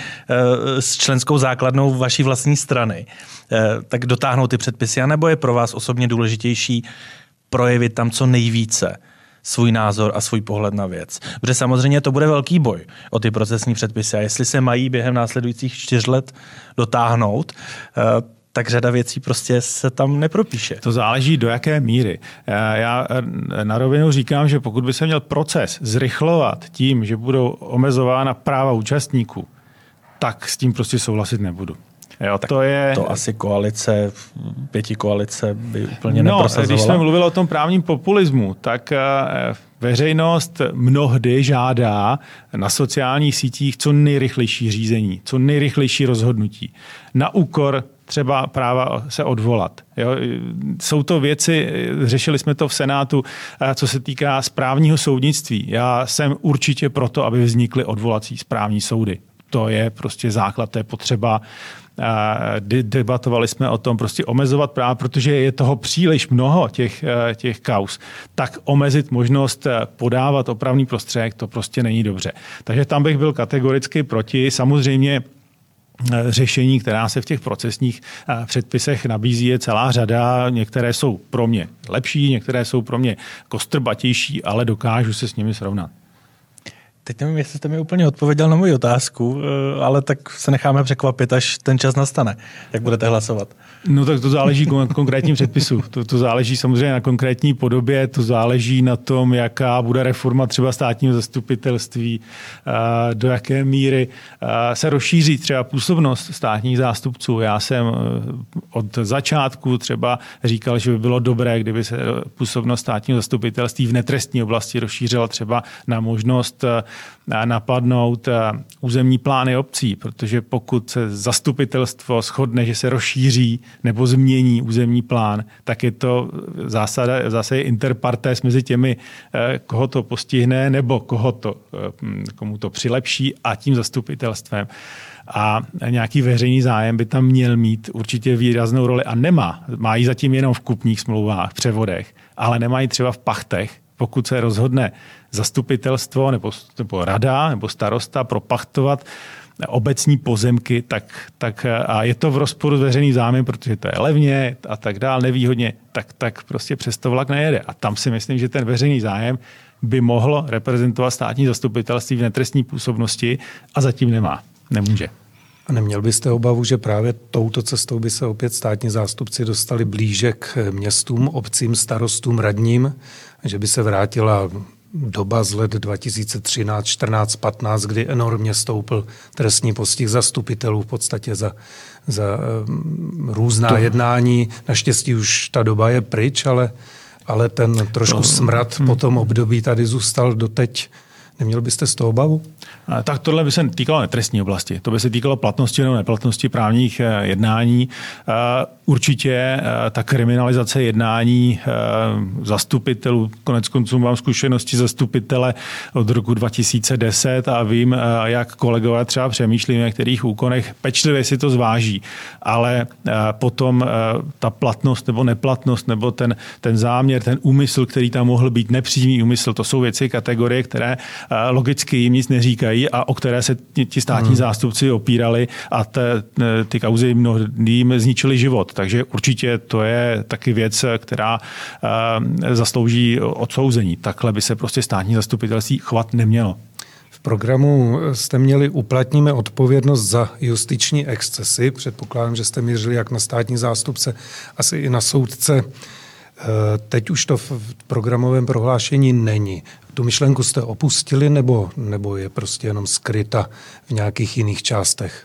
s členskou základnou vaší vlastní strany, tak dotáhnout ty předpisy, anebo je pro vás osobně důležitější projevit tam co nejvíce svůj názor a svůj pohled na věc. Protože samozřejmě to bude velký boj o ty procesní předpisy a jestli se mají během následujících 4 let dotáhnout, tak řada věcí prostě se tam nepropíše. To záleží do jaké míry. Já na rovinu říkám, že pokud by se měl proces zrychlovat tím, že budou omezována práva účastníků, tak s tím prostě souhlasit nebudu. Jo, to asi pětikoalice by úplně neprosazovala. Když jsme mluvili o tom právním populismu, tak veřejnost mnohdy žádá na sociálních sítích co nejrychlejší řízení, co nejrychlejší rozhodnutí. Na úkor třeba práva se odvolat. Jo? Jsou to věci, řešili jsme to v Senátu, co se týká správního soudnictví. Já jsem určitě proto, aby vznikly odvolací správní soudy. To je prostě základ, to je potřeba. Debatovali jsme o tom prostě omezovat práva, protože je toho příliš mnoho těch kauz. Tak omezit možnost podávat opravný prostředek, to prostě není dobře. Takže tam bych byl kategoricky proti. Samozřejmě řešení, která se v těch procesních předpisech nabízí, je celá řada. Některé jsou pro mě lepší, některé jsou pro mě kostrbatější, ale dokážu se s nimi srovnat. Teď nevím, jestli jste mi úplně odpověděl na moji otázku, ale tak se necháme překvapit, až ten čas nastane. Jak budete hlasovat? No tak to záleží na konkrétním předpisu. To záleží samozřejmě na konkrétní podobě, to záleží na tom, jaká bude reforma třeba státního zastupitelství, do jaké míry se rozšíří třeba působnost státních zástupců. Já jsem od začátku třeba říkal, že by bylo dobré, kdyby se působnost státního zastupitelství v netrestní oblasti rozšířila třeba na možnost napadnout územní plány obcí, protože pokud se zastupitelstvo shodne, že se rozšíří nebo změní územní plán, tak je to zase inter partes mezi těmi, koho to postihne nebo komu to přilepší a tím zastupitelstvem. A nějaký veřejný zájem by tam měl mít určitě výraznou roli a nemá. Má ji zatím jenom v kupních smlouvách, převodech, ale nemají třeba v pachtech. Pokud se rozhodne zastupitelstvo nebo rada nebo starosta propachtovat obecní pozemky, tak a je to v rozporu s veřejným zájmem, protože to je levně a tak dál, nevýhodně, tak prostě přes to vlak nejede. A tam si myslím, že ten veřejný zájem by mohlo reprezentovat státní zastupitelství v netrestní působnosti a zatím nemůže. A neměl byste obavu, že právě touto cestou by se opět státní zástupci dostali blíže k městům, obcím, starostům, radním, že by se vrátila doba z let 2013, 14, 15, kdy enormně stoupl trestní postih zastupitelů v podstatě za různá jednání. Naštěstí už ta doba je pryč, ale ten trošku smrad po tom období tady zůstal doteď. Neměl byste z toho obavu? Tak tohle by se týkalo netrestní oblasti. To by se týkalo platnosti nebo neplatnosti právních jednání. Určitě ta kriminalizace jednání zastupitelů, koneckonců mám zkušenosti zastupitele od roku 2010 a vím, jak kolegové třeba přemýšlí v některých úkonech, pečlivě si to zváží, ale potom ta platnost nebo neplatnost nebo ten záměr, ten úmysl, který tam mohl být, nepřímý úmysl, to jsou věci, kategorie, které logicky jim nic neříkají a o které se ti státní zástupci opírali a ty kauzy mnohým zničily život. Takže určitě to je taky věc, která zaslouží odsouzení. Takhle by se prostě státní zastupitelství chovat nemělo. V programu jste měli uplatníme odpovědnost za justiční excesy. Předpokládám, že jste měřili jak na státní zástupce, asi i na soudce. Teď už to v programovém prohlášení není. Tu myšlenku jste opustili nebo je prostě jenom skryta v nějakých jiných částech?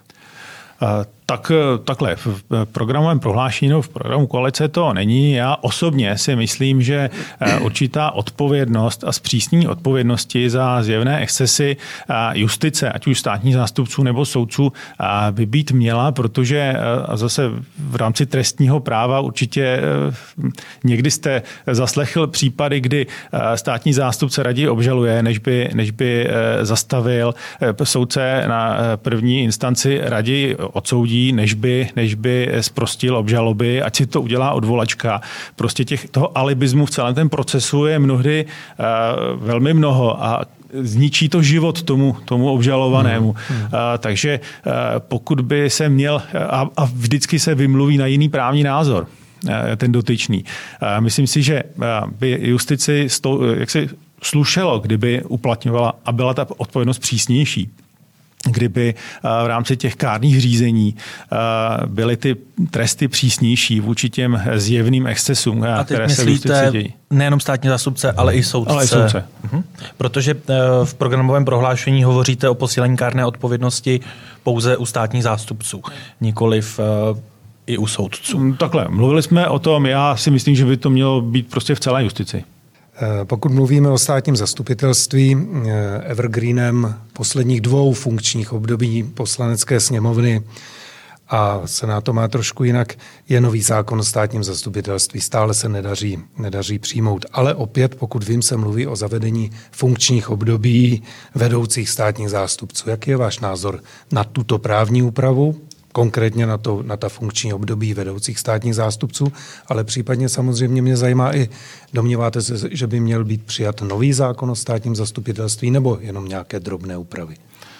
Takhle, v programovém prohlášení nebo v programu koalice to není. Já osobně si myslím, že určitá odpovědnost a zpřísnění odpovědnosti za zjevné excesy justice, ať už státních zástupců nebo soudců, by být měla, protože zase v rámci trestního práva určitě někdy jste zaslechl případy, kdy státní zástupce raději obžaluje, než by zastavil. Soudce na první instanci raději odsoudí, než by zprostil obžaloby, ať si to udělá odvolačka. Prostě toho alibismu v celém tom procesu je mnohdy velmi mnoho a zničí to život tomu obžalovanému. Takže pokud by se měl, a vždycky se vymluví na jiný právní názor, ten dotyčný. Myslím si, že by justici jaksi slušelo, kdyby uplatňovala a byla ta odpovědnost přísnější. Kdyby v rámci těch kárných řízení byly ty tresty přísnější vůči těm zjevným excesům, které se v justici dějí. Nejenom státní zástupce, ale i soudce. Protože v programovém prohlášení hovoříte o posílení kárné odpovědnosti pouze u státních zástupců, nikoliv i u soudců. Takhle, mluvili jsme o tom, já si myslím, že by to mělo být prostě v celé justici. Pokud mluvíme o státním zastupitelství, evergreenem posledních 2 funkčních období Poslanecké sněmovny a Senát to má trošku jinak, je nový zákon o státním zastupitelství. Stále se nedaří přijmout. Ale opět, pokud vím, se mluví o zavedení funkčních období vedoucích státních zástupců. Jaký je váš názor na tuto právní úpravu? Konkrétně na ta funkční období vedoucích státních zástupců, ale případně samozřejmě mě zajímá i, domníváte se, že by měl být přijat nový zákon o státním zastupitelství nebo jenom nějaké drobné úpravy?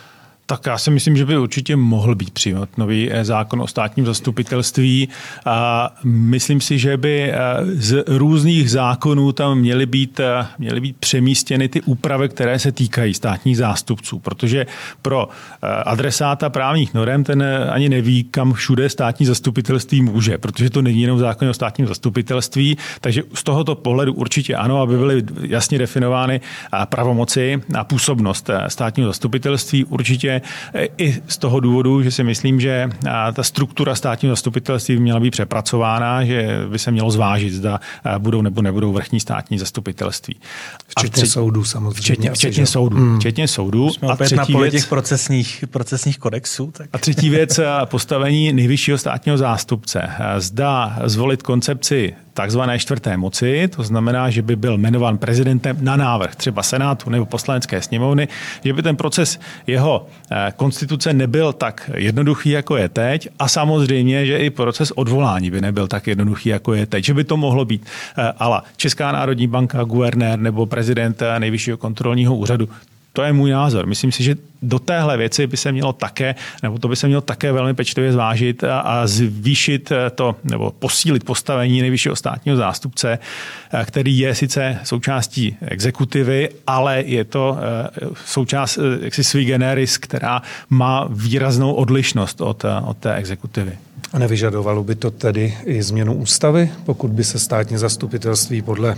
Tak já si myslím, že by určitě mohl být přijat nový zákon o státním zastupitelství. A myslím si, že by z různých zákonů tam měly být přemístěny ty úpravy, které se týkají státních zástupců, protože pro adresáta právních norem ten ani neví, kam všude státní zastupitelství může, protože to není jenom zákon o státním zastupitelství, takže z tohoto pohledu určitě ano, aby byly jasně definovány pravomoci a působnost státního zastupitelství, určitě i z toho důvodu, že si myslím, že ta struktura státního zastupitelství by měla být přepracována, že by se mělo zvážit, zda budou nebo nebudou vrchní státní zastupitelství. Včetně soudů samozřejmě. Včetně soudů. Jsme opět na poli těch procesních kodexů. Tak. A třetí věc, postavení nejvyššího státního zástupce. Zda zvolit koncepci takzvané čtvrté moci, to znamená, že by byl jmenován prezidentem na návrh třeba Senátu nebo Poslanecké sněmovny, že by ten proces jeho konstituce nebyl tak jednoduchý, jako je teď, a samozřejmě, že i proces odvolání by nebyl tak jednoduchý, jako je teď, že by to mohlo být ala Česká národní banka, guvernér nebo prezident Nejvyššího kontrolního úřadu. To je můj názor. Myslím si, že do téhle věci by se mělo také, nebo to by se mělo také velmi pečlivě zvážit a zvýšit to, nebo posílit postavení nejvyššího státního zástupce, který je sice součástí exekutivy, ale je to součást jaksi sui generis, která má výraznou odlišnost od té exekutivy. A nevyžadovalo by to tedy i změnu ústavy, pokud by se státní zastupitelství podle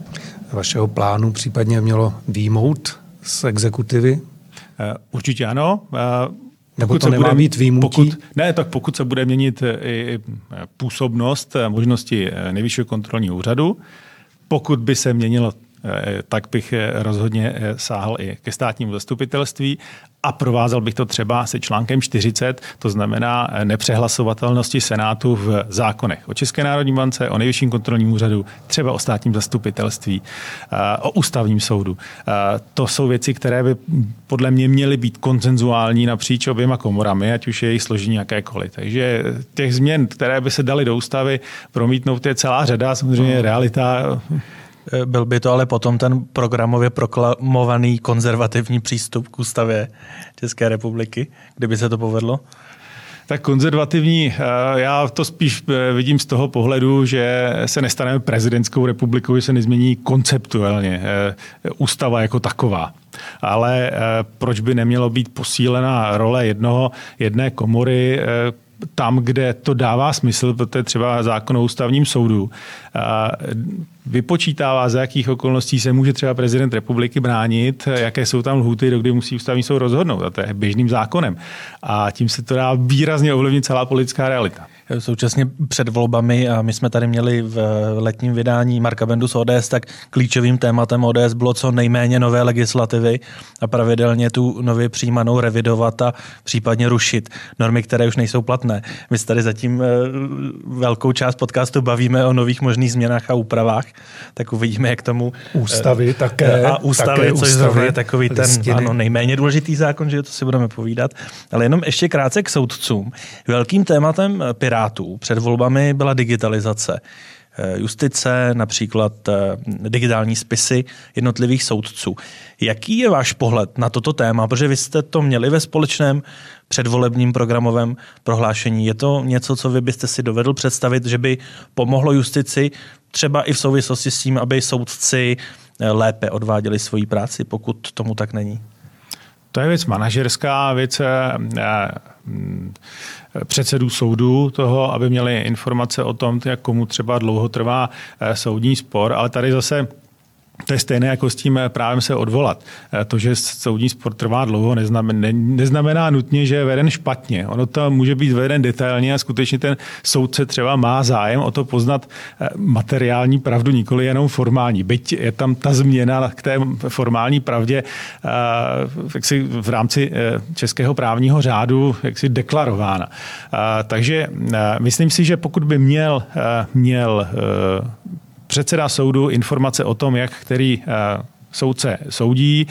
vašeho plánu případně mělo výjmout z exekutivy? Určitě ano. Nebo to nemá být výjimutí? Pokud se bude měnit i působnost možnosti Nejvyššího kontrolního úřadu, pokud by se měnilo, tak bych rozhodně sáhl i ke státnímu zastupitelství a provázal bych to třeba se článkem 40, to znamená nepřehlasovatelnosti Senátu v zákonech o České národní bance, o Nejvyšším kontrolním úřadu, třeba o státním zastupitelství, o ústavním soudu. To jsou věci, které by podle mě měly být konsenzuální napříč oběma komorami, ať už je jejich složení jakékoliv. Takže těch změn, které by se daly do ústavy promítnout, je celá řada, samozřejmě realita. Byl by to ale potom ten programově proklamovaný konzervativní přístup k ústavě České republiky, kdyby se to povedlo? Tak konzervativní, já to spíš vidím z toho pohledu, že se nestaneme prezidentskou republikou, že se nezmění konceptuálně ústava jako taková. Ale proč by nemělo být posílena role jedné komory tam, kde to dává smysl, protože třeba zákon o ústavním soudu vypočítává, za jakých okolností se může třeba prezident republiky bránit, jaké jsou tam lhůty, do kdy musí ústavní soud rozhodnout. A to je běžným zákonem. A tím se to dá výrazně ovlivnit celá politická realita. Současně před volbami, a my jsme tady měli v letním vydání Marka Bendu z ODS, tak klíčovým tématem ODS bylo co nejméně nové legislativy a pravidelně tu nově přijímanou revidovat a případně rušit normy, které už nejsou platné. My se tady zatím velkou část podcastu bavíme o nových možných změnách a úpravách, tak uvidíme, jak tomu... Ústavy také. A ústavy, což zrovna je takový ten nejméně důležitý zákon, že to si budeme povídat. Ale jenom ještě krátce k soudcům. Velkým tématem Pirátů před volbami byla digitalizace justice, například digitální spisy jednotlivých soudců. Jaký je váš pohled na toto téma? Protože vy jste to měli ve společném předvolebním programovém prohlášení. Je to něco, co vy byste si dovedl představit, že by pomohlo justici třeba i v souvislosti s tím, aby soudci lépe odváděli svoji práci, pokud tomu tak není? To je věc manažerská, věc předsedů soudů toho, aby měli informace o tom, jak komu třeba dlouho trvá soudní spor, ale tady zase to je stejné jako s tím právem se odvolat. To, že soudní spor trvá dlouho, neznamená nutně, že je veden špatně. Ono to může být veden detailně a skutečně ten soudce třeba má zájem o to poznat materiální pravdu, nikoli jenom formální. Byť je tam ta změna k té formální pravdě jaksi v rámci českého právního řádu jaksi deklarována. Takže myslím si, že pokud by měl předseda soudu informace o tom, jak který soudce soudí,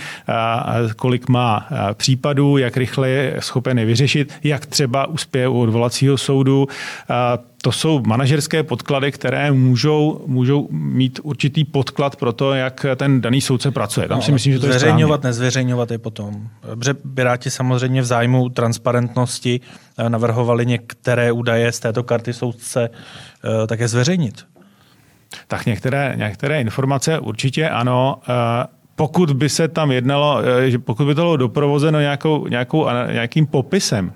kolik má případů, jak rychle je schopen je vyřešit, jak třeba uspěje u odvolacího soudu. To jsou manažerské podklady, které můžou mít určitý podklad pro to, jak ten daný soudce pracuje. Tam si myslím, že to je zveřejňovat, nezveřejňovat je potom. Dobře, Piráti samozřejmě v zájmu transparentnosti navrhovali některé údaje z této karty soudce také zveřejnit. Tak některé informace určitě ano. Pokud by se tam jednalo, pokud by to bylo doprovozeno nějakým popisem,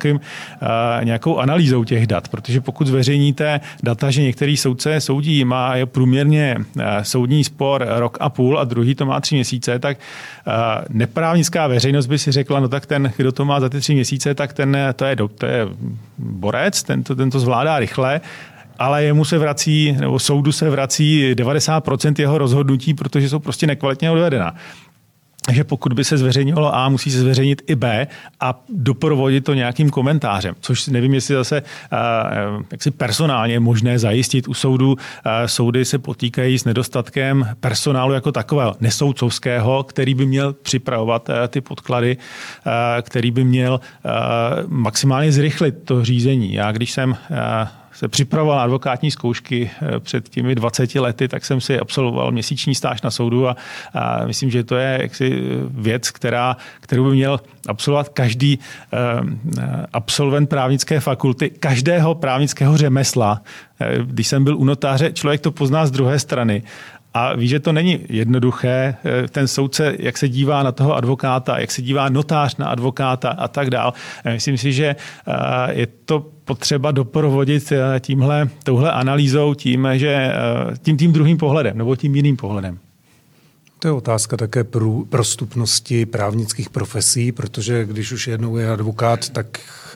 nějakou analýzou těch dat, protože pokud zveřejníte data, že některý soudce soudí, má průměrně soudní spor rok a půl a druhý to má 3 měsíce, tak neprávnická veřejnost by si řekla, no tak ten, kdo to má za ty 3 měsíce, tak to je borec, ten to zvládá rychle, ale jemu se vrací, nebo soudu se vrací 90% jeho rozhodnutí, protože jsou prostě nekvalitně odvedena. Takže pokud by se zveřejnilo A, musí se zveřejnit i B a doprovodit to nějakým komentářem, což nevím, jestli zase jaksi personálně je možné zajistit u soudu. Soudy se potýkají s nedostatkem personálu jako takového, nesoudcovského, který by měl připravovat ty podklady, který by měl maximálně zrychlit to řízení. Já když jsem se připravoval na advokátní zkoušky před těmi 20 lety, tak jsem si absolvoval měsíční stáž na soudu a myslím, že to je jaksi věc, kterou by měl absolvovat každý absolvent právnické fakulty, každého právnického řemesla. Když jsem byl u notáře, člověk to pozná z druhé strany. A ví, že to není jednoduché, ten soudce, jak se dívá na toho advokáta, jak se dívá notář na advokáta a tak dál. Myslím si, že je to potřeba doprovodit touhle analýzou tím druhým pohledem nebo tím jiným pohledem. To je otázka také prostupnosti právnických profesí, protože když už jednou je advokát, tak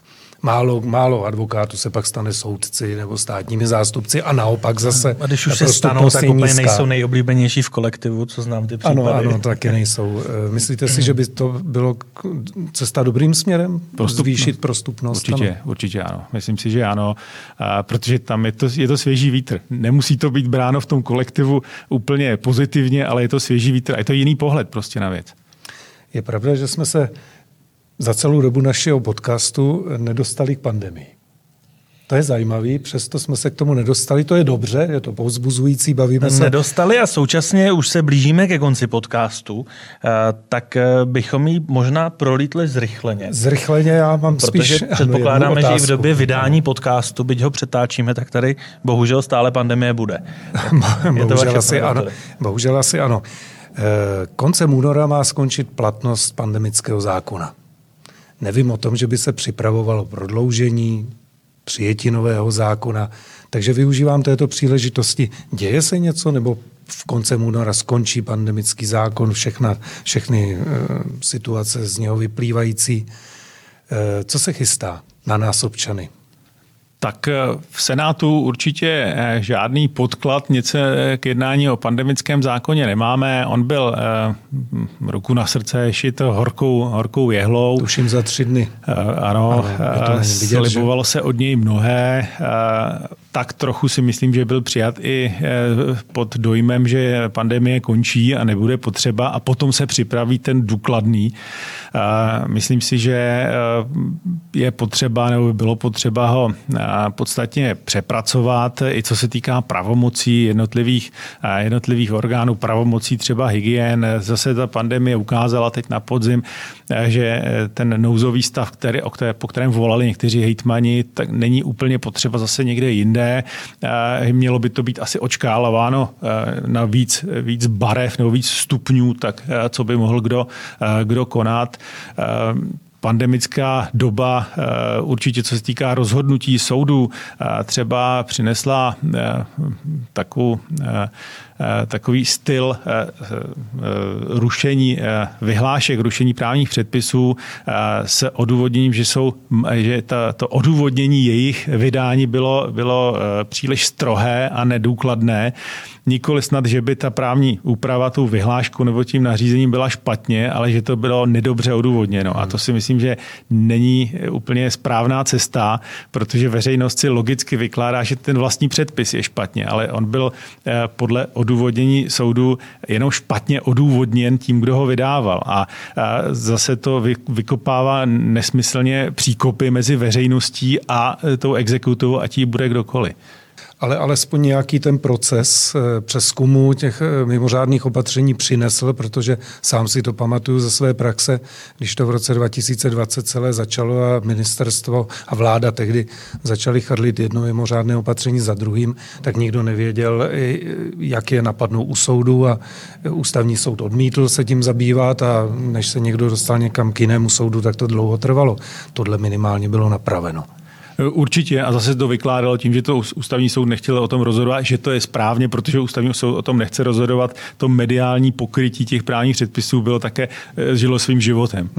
málo advokátů se pak stane soudci nebo státními zástupci a naopak zase. A když už se stanou, tak úplně nejsou nejoblíbenější v kolektivu, co znám ty případy. Ano, taky nejsou. Myslíte si, že by to bylo cesta dobrým směrem? Zvýšit prostupnost? Určitě ano. Myslím si, že ano, protože tam je to svěží vítr. Nemusí to být bráno v tom kolektivu úplně pozitivně, ale je to svěží vítr a je to jiný pohled prostě na věc. Je pravda, že jsme se za celou dobu našeho podcastu nedostali k pandemii. To je zajímavý, přesto jsme se k tomu nedostali, to je dobře, je to povzbuzující, bavíme se. Nedostali a současně už se blížíme ke konci podcastu, tak bychom ji možná prolítli zrychleně. Zrychleně já mám spíš. Protože předpokládáme, že i v době vydání podcastu, byť ho přetáčíme, tak tady bohužel stále pandemie bude. Bohužel asi ano. Koncem února má skončit platnost pandemického zákona. Nevím o tom, že by se připravovalo prodloužení, přijetí nového zákona, takže využívám této příležitosti. Děje se něco, nebo v koncem února skončí pandemický zákon, všechny situace z něho vyplývající? Co se chystá na nás občany? Tak v Senátu určitě žádný podklad, něco k jednání o pandemickém zákoně nemáme. On byl ruku na srdce šit horkou jehlou. Tuším za 3 dny. Ano, slibovalo se od něj mnohé. Tak trochu si myslím, že byl přijat i pod dojmem, že pandemie končí a nebude potřeba a potom se připraví ten důkladný. Myslím si, že je potřeba nebo bylo potřeba ho podstatně přepracovat, i co se týká pravomocí jednotlivých orgánů, pravomocí třeba hygien. Zase ta pandemie ukázala teď na podzim, že ten nouzový stav, po kterém volali někteří hejtmani, tak není úplně potřeba zase někde jinde. Mělo by to být asi očkálováno na víc barev nebo víc stupňů, tak co by mohl kdo konat. Pandemická doba určitě, co se týká rozhodnutí soudů, třeba přinesla takový styl rušení vyhlášek, rušení právních předpisů s odůvodněním, že to odůvodnění jejich vydání bylo příliš strohé a nedůkladné. Nikoli snad, že by ta právní úprava tu vyhlášku nebo tím nařízením byla špatně, ale že to bylo nedobře odůvodněno. A to si myslím, myslím, že není úplně správná cesta, protože veřejnost si logicky vykládá, že ten vlastní předpis je špatně, ale on byl podle odůvodnění soudu jenom špatně odůvodněn tím, kdo ho vydával. A zase to vykopává nesmyslně příkopy mezi veřejností a tou exekutivou, ať jí bude kdokoliv. Ale alespoň nějaký ten proces přezkumu těch mimořádných opatření přinesl, protože sám si to pamatuju ze své praxe, když to v roce 2020 celé začalo a ministerstvo a vláda tehdy začaly chrlit jedno mimořádné opatření za druhým, tak nikdo nevěděl, jak je napadnou u soudu a ústavní soud odmítl se tím zabývat a než se někdo dostal někam k jinému soudu, tak to dlouho trvalo. Tohle minimálně bylo napraveno. Určitě a zase to vykládalo tím, že to ústavní soud nechtěl o tom rozhodovat, že to je správně, protože ústavní soud o tom nechce rozhodovat. To mediální pokrytí těch právních předpisů bylo také žilo svým životem.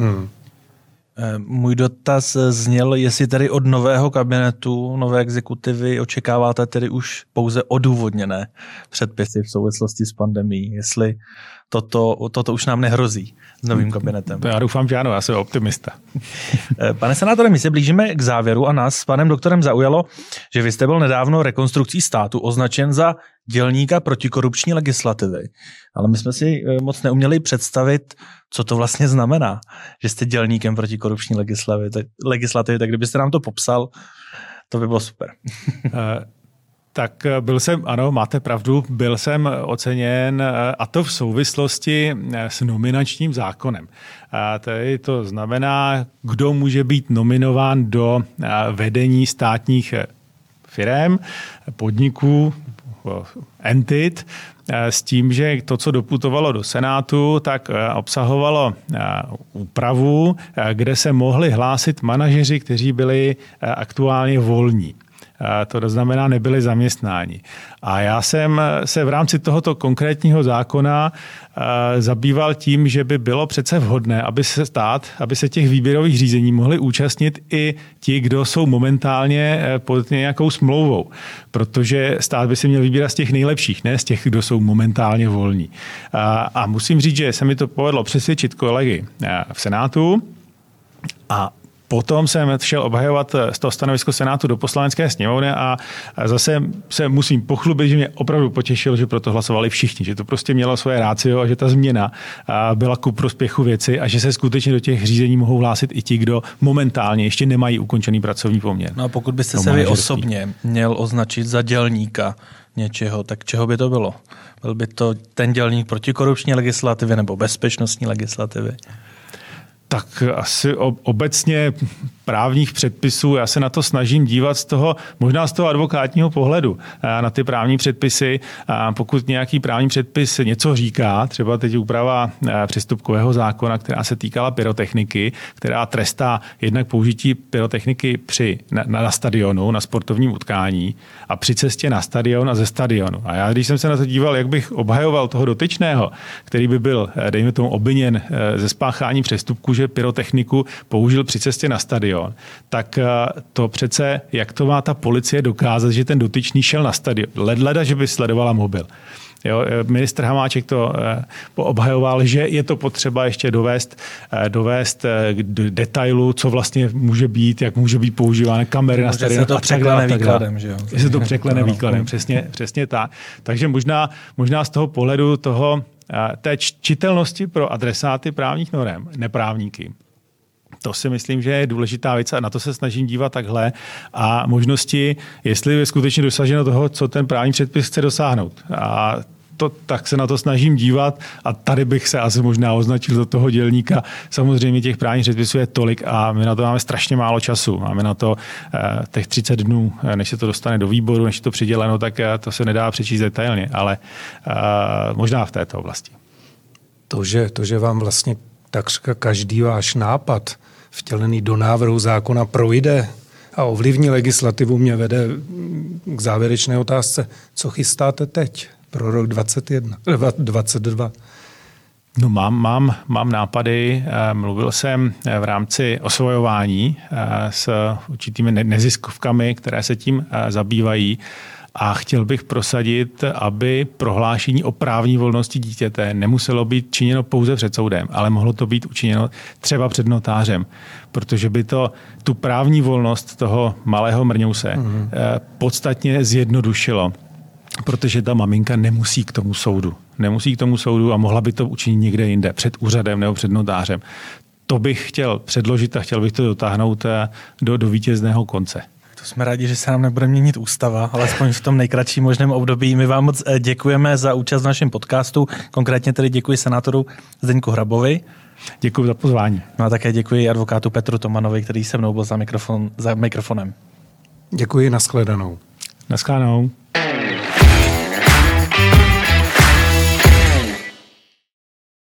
Můj dotaz zněl, jestli tedy od nového kabinetu, nové exekutivy očekáváte tedy už pouze odůvodněné předpisy v souvislosti s pandemií, jestli toto už nám nehrozí s novým kabinetem. Já doufám, že ano, já jsem optimista. Pane senátore, my se blížíme k závěru a nás s panem doktorem zaujalo, že vy jste byl nedávno Rekonstrukcí státu označen za dělníka protikorupční legislativy. Ale my jsme si moc neuměli představit, co to vlastně znamená, že jste dělníkem protikorupční legislativy. Tak kdybyste nám to popsal, to by bylo super. Tak byl jsem, ano, máte pravdu, byl jsem oceněn a to v souvislosti s nominačním zákonem. Tedy to znamená, kdo může být nominován do vedení státních firem, podniků, entit, s tím, že to, co doputovalo do Senátu, tak obsahovalo úpravu, kde se mohli hlásit manažeři, kteří byli aktuálně volní. To znamená, nebyli zaměstnáni. A já jsem se v rámci tohoto konkrétního zákona zabýval tím, že by bylo přece vhodné, aby se těch výběrových řízení mohli účastnit i ti, kdo jsou momentálně pod nějakou smlouvou. Protože stát by si měl vybírat z těch nejlepších, ne z těch, kdo jsou momentálně volní. A musím říct, že se mi to povedlo přesvědčit kolegy v Senátu a potom jsem šel obhajovat z toho stanovisko Senátu do Poslanecké sněmovny a zase se musím pochlubit, že mě opravdu potěšilo, že proto hlasovali všichni, že to prostě mělo svoje rácio a že ta změna byla ku prospěchu věci a že se skutečně do těch řízení mohou hlásit i ti, kdo momentálně ještě nemají ukončený pracovní poměr. No a pokud byste se vy osobně měl označit za dělníka něčeho, tak čeho by to bylo? Byl by to ten dělník protikorupční legislativy nebo bezpečnostní legislativy? Tak asi obecně právních předpisů, já se na to snažím dívat možná z toho advokátního pohledu na ty právní předpisy. Pokud nějaký právní předpis něco říká, třeba teď úprava přestupkového zákona, která se týkala pyrotechniky, která trestá jednak použití pyrotechniky na stadionu, na sportovním utkání a při cestě na stadion a ze stadionu. A já, když jsem se na to díval, jak bych obhajoval toho dotyčného, který by byl, dejme tomu, obviněn ze spáchání přestupku, že pyrotechniku použil při cestě na stadion, tak to přece, jak to má ta policie dokázat, že ten dotyčný šel na stadion. Leda, že by sledovala mobil. Jo, ministr Hamáček to obhajoval, že je to potřeba ještě dovést k detailu, co vlastně může být, jak může být používány kamery na stadionu. Je to překlene výkladem, že jo? Je se to překlene výkladem, přesně tak. Takže možná z toho pohledu té čitelnosti pro adresáty právních norem, neprávníky. To si myslím, že je důležitá věc a na to se snažím dívat takhle a možnosti, jestli je skutečně dosaženo toho, co ten právní předpis chce dosáhnout. A tak se na to snažím dívat a tady bych se asi možná označil do toho dělníka. Samozřejmě těch právních předpisů je tolik a my na to máme strašně málo času. Máme na to těch 30 dnů, než se to dostane do výboru, než je to přiděleno, tak to se nedá přečíst detailně, ale možná v této oblasti. To, že vám vlastně takřka každý váš nápad vtělený do návrhu zákona projde a ovlivní legislativu, mě vede k závěrečné otázce. Co chystáte teď pro rok 2022? No mám nápady. Mluvil jsem v rámci osvojování s určitými neziskovkami, které se tím zabývají. A chtěl bych prosadit, aby prohlášení o právní volnosti dítěte nemuselo být činěno pouze před soudem, ale mohlo to být učiněno třeba před notářem, protože by to tu právní volnost toho malého mrňouse podstatně zjednodušilo, protože ta maminka nemusí k tomu soudu. Nemusí k tomu soudu a mohla by to učinit někde jinde, před úřadem nebo před notářem. To bych chtěl předložit a chtěl bych to dotáhnout do vítězného konce. To jsme rádi, že se nám nebude měnit ústava, alespoň v tom nejkratším možném období. My vám moc děkujeme za účast v našem podcastu, konkrétně tedy děkuji senátoru Zdeňku Hrabovi. Děkuji za pozvání. No a také děkuji advokátu Petru Tomanovi, který se mnou byl za mikrofonem. Děkuji, nashledanou. Nashledanou.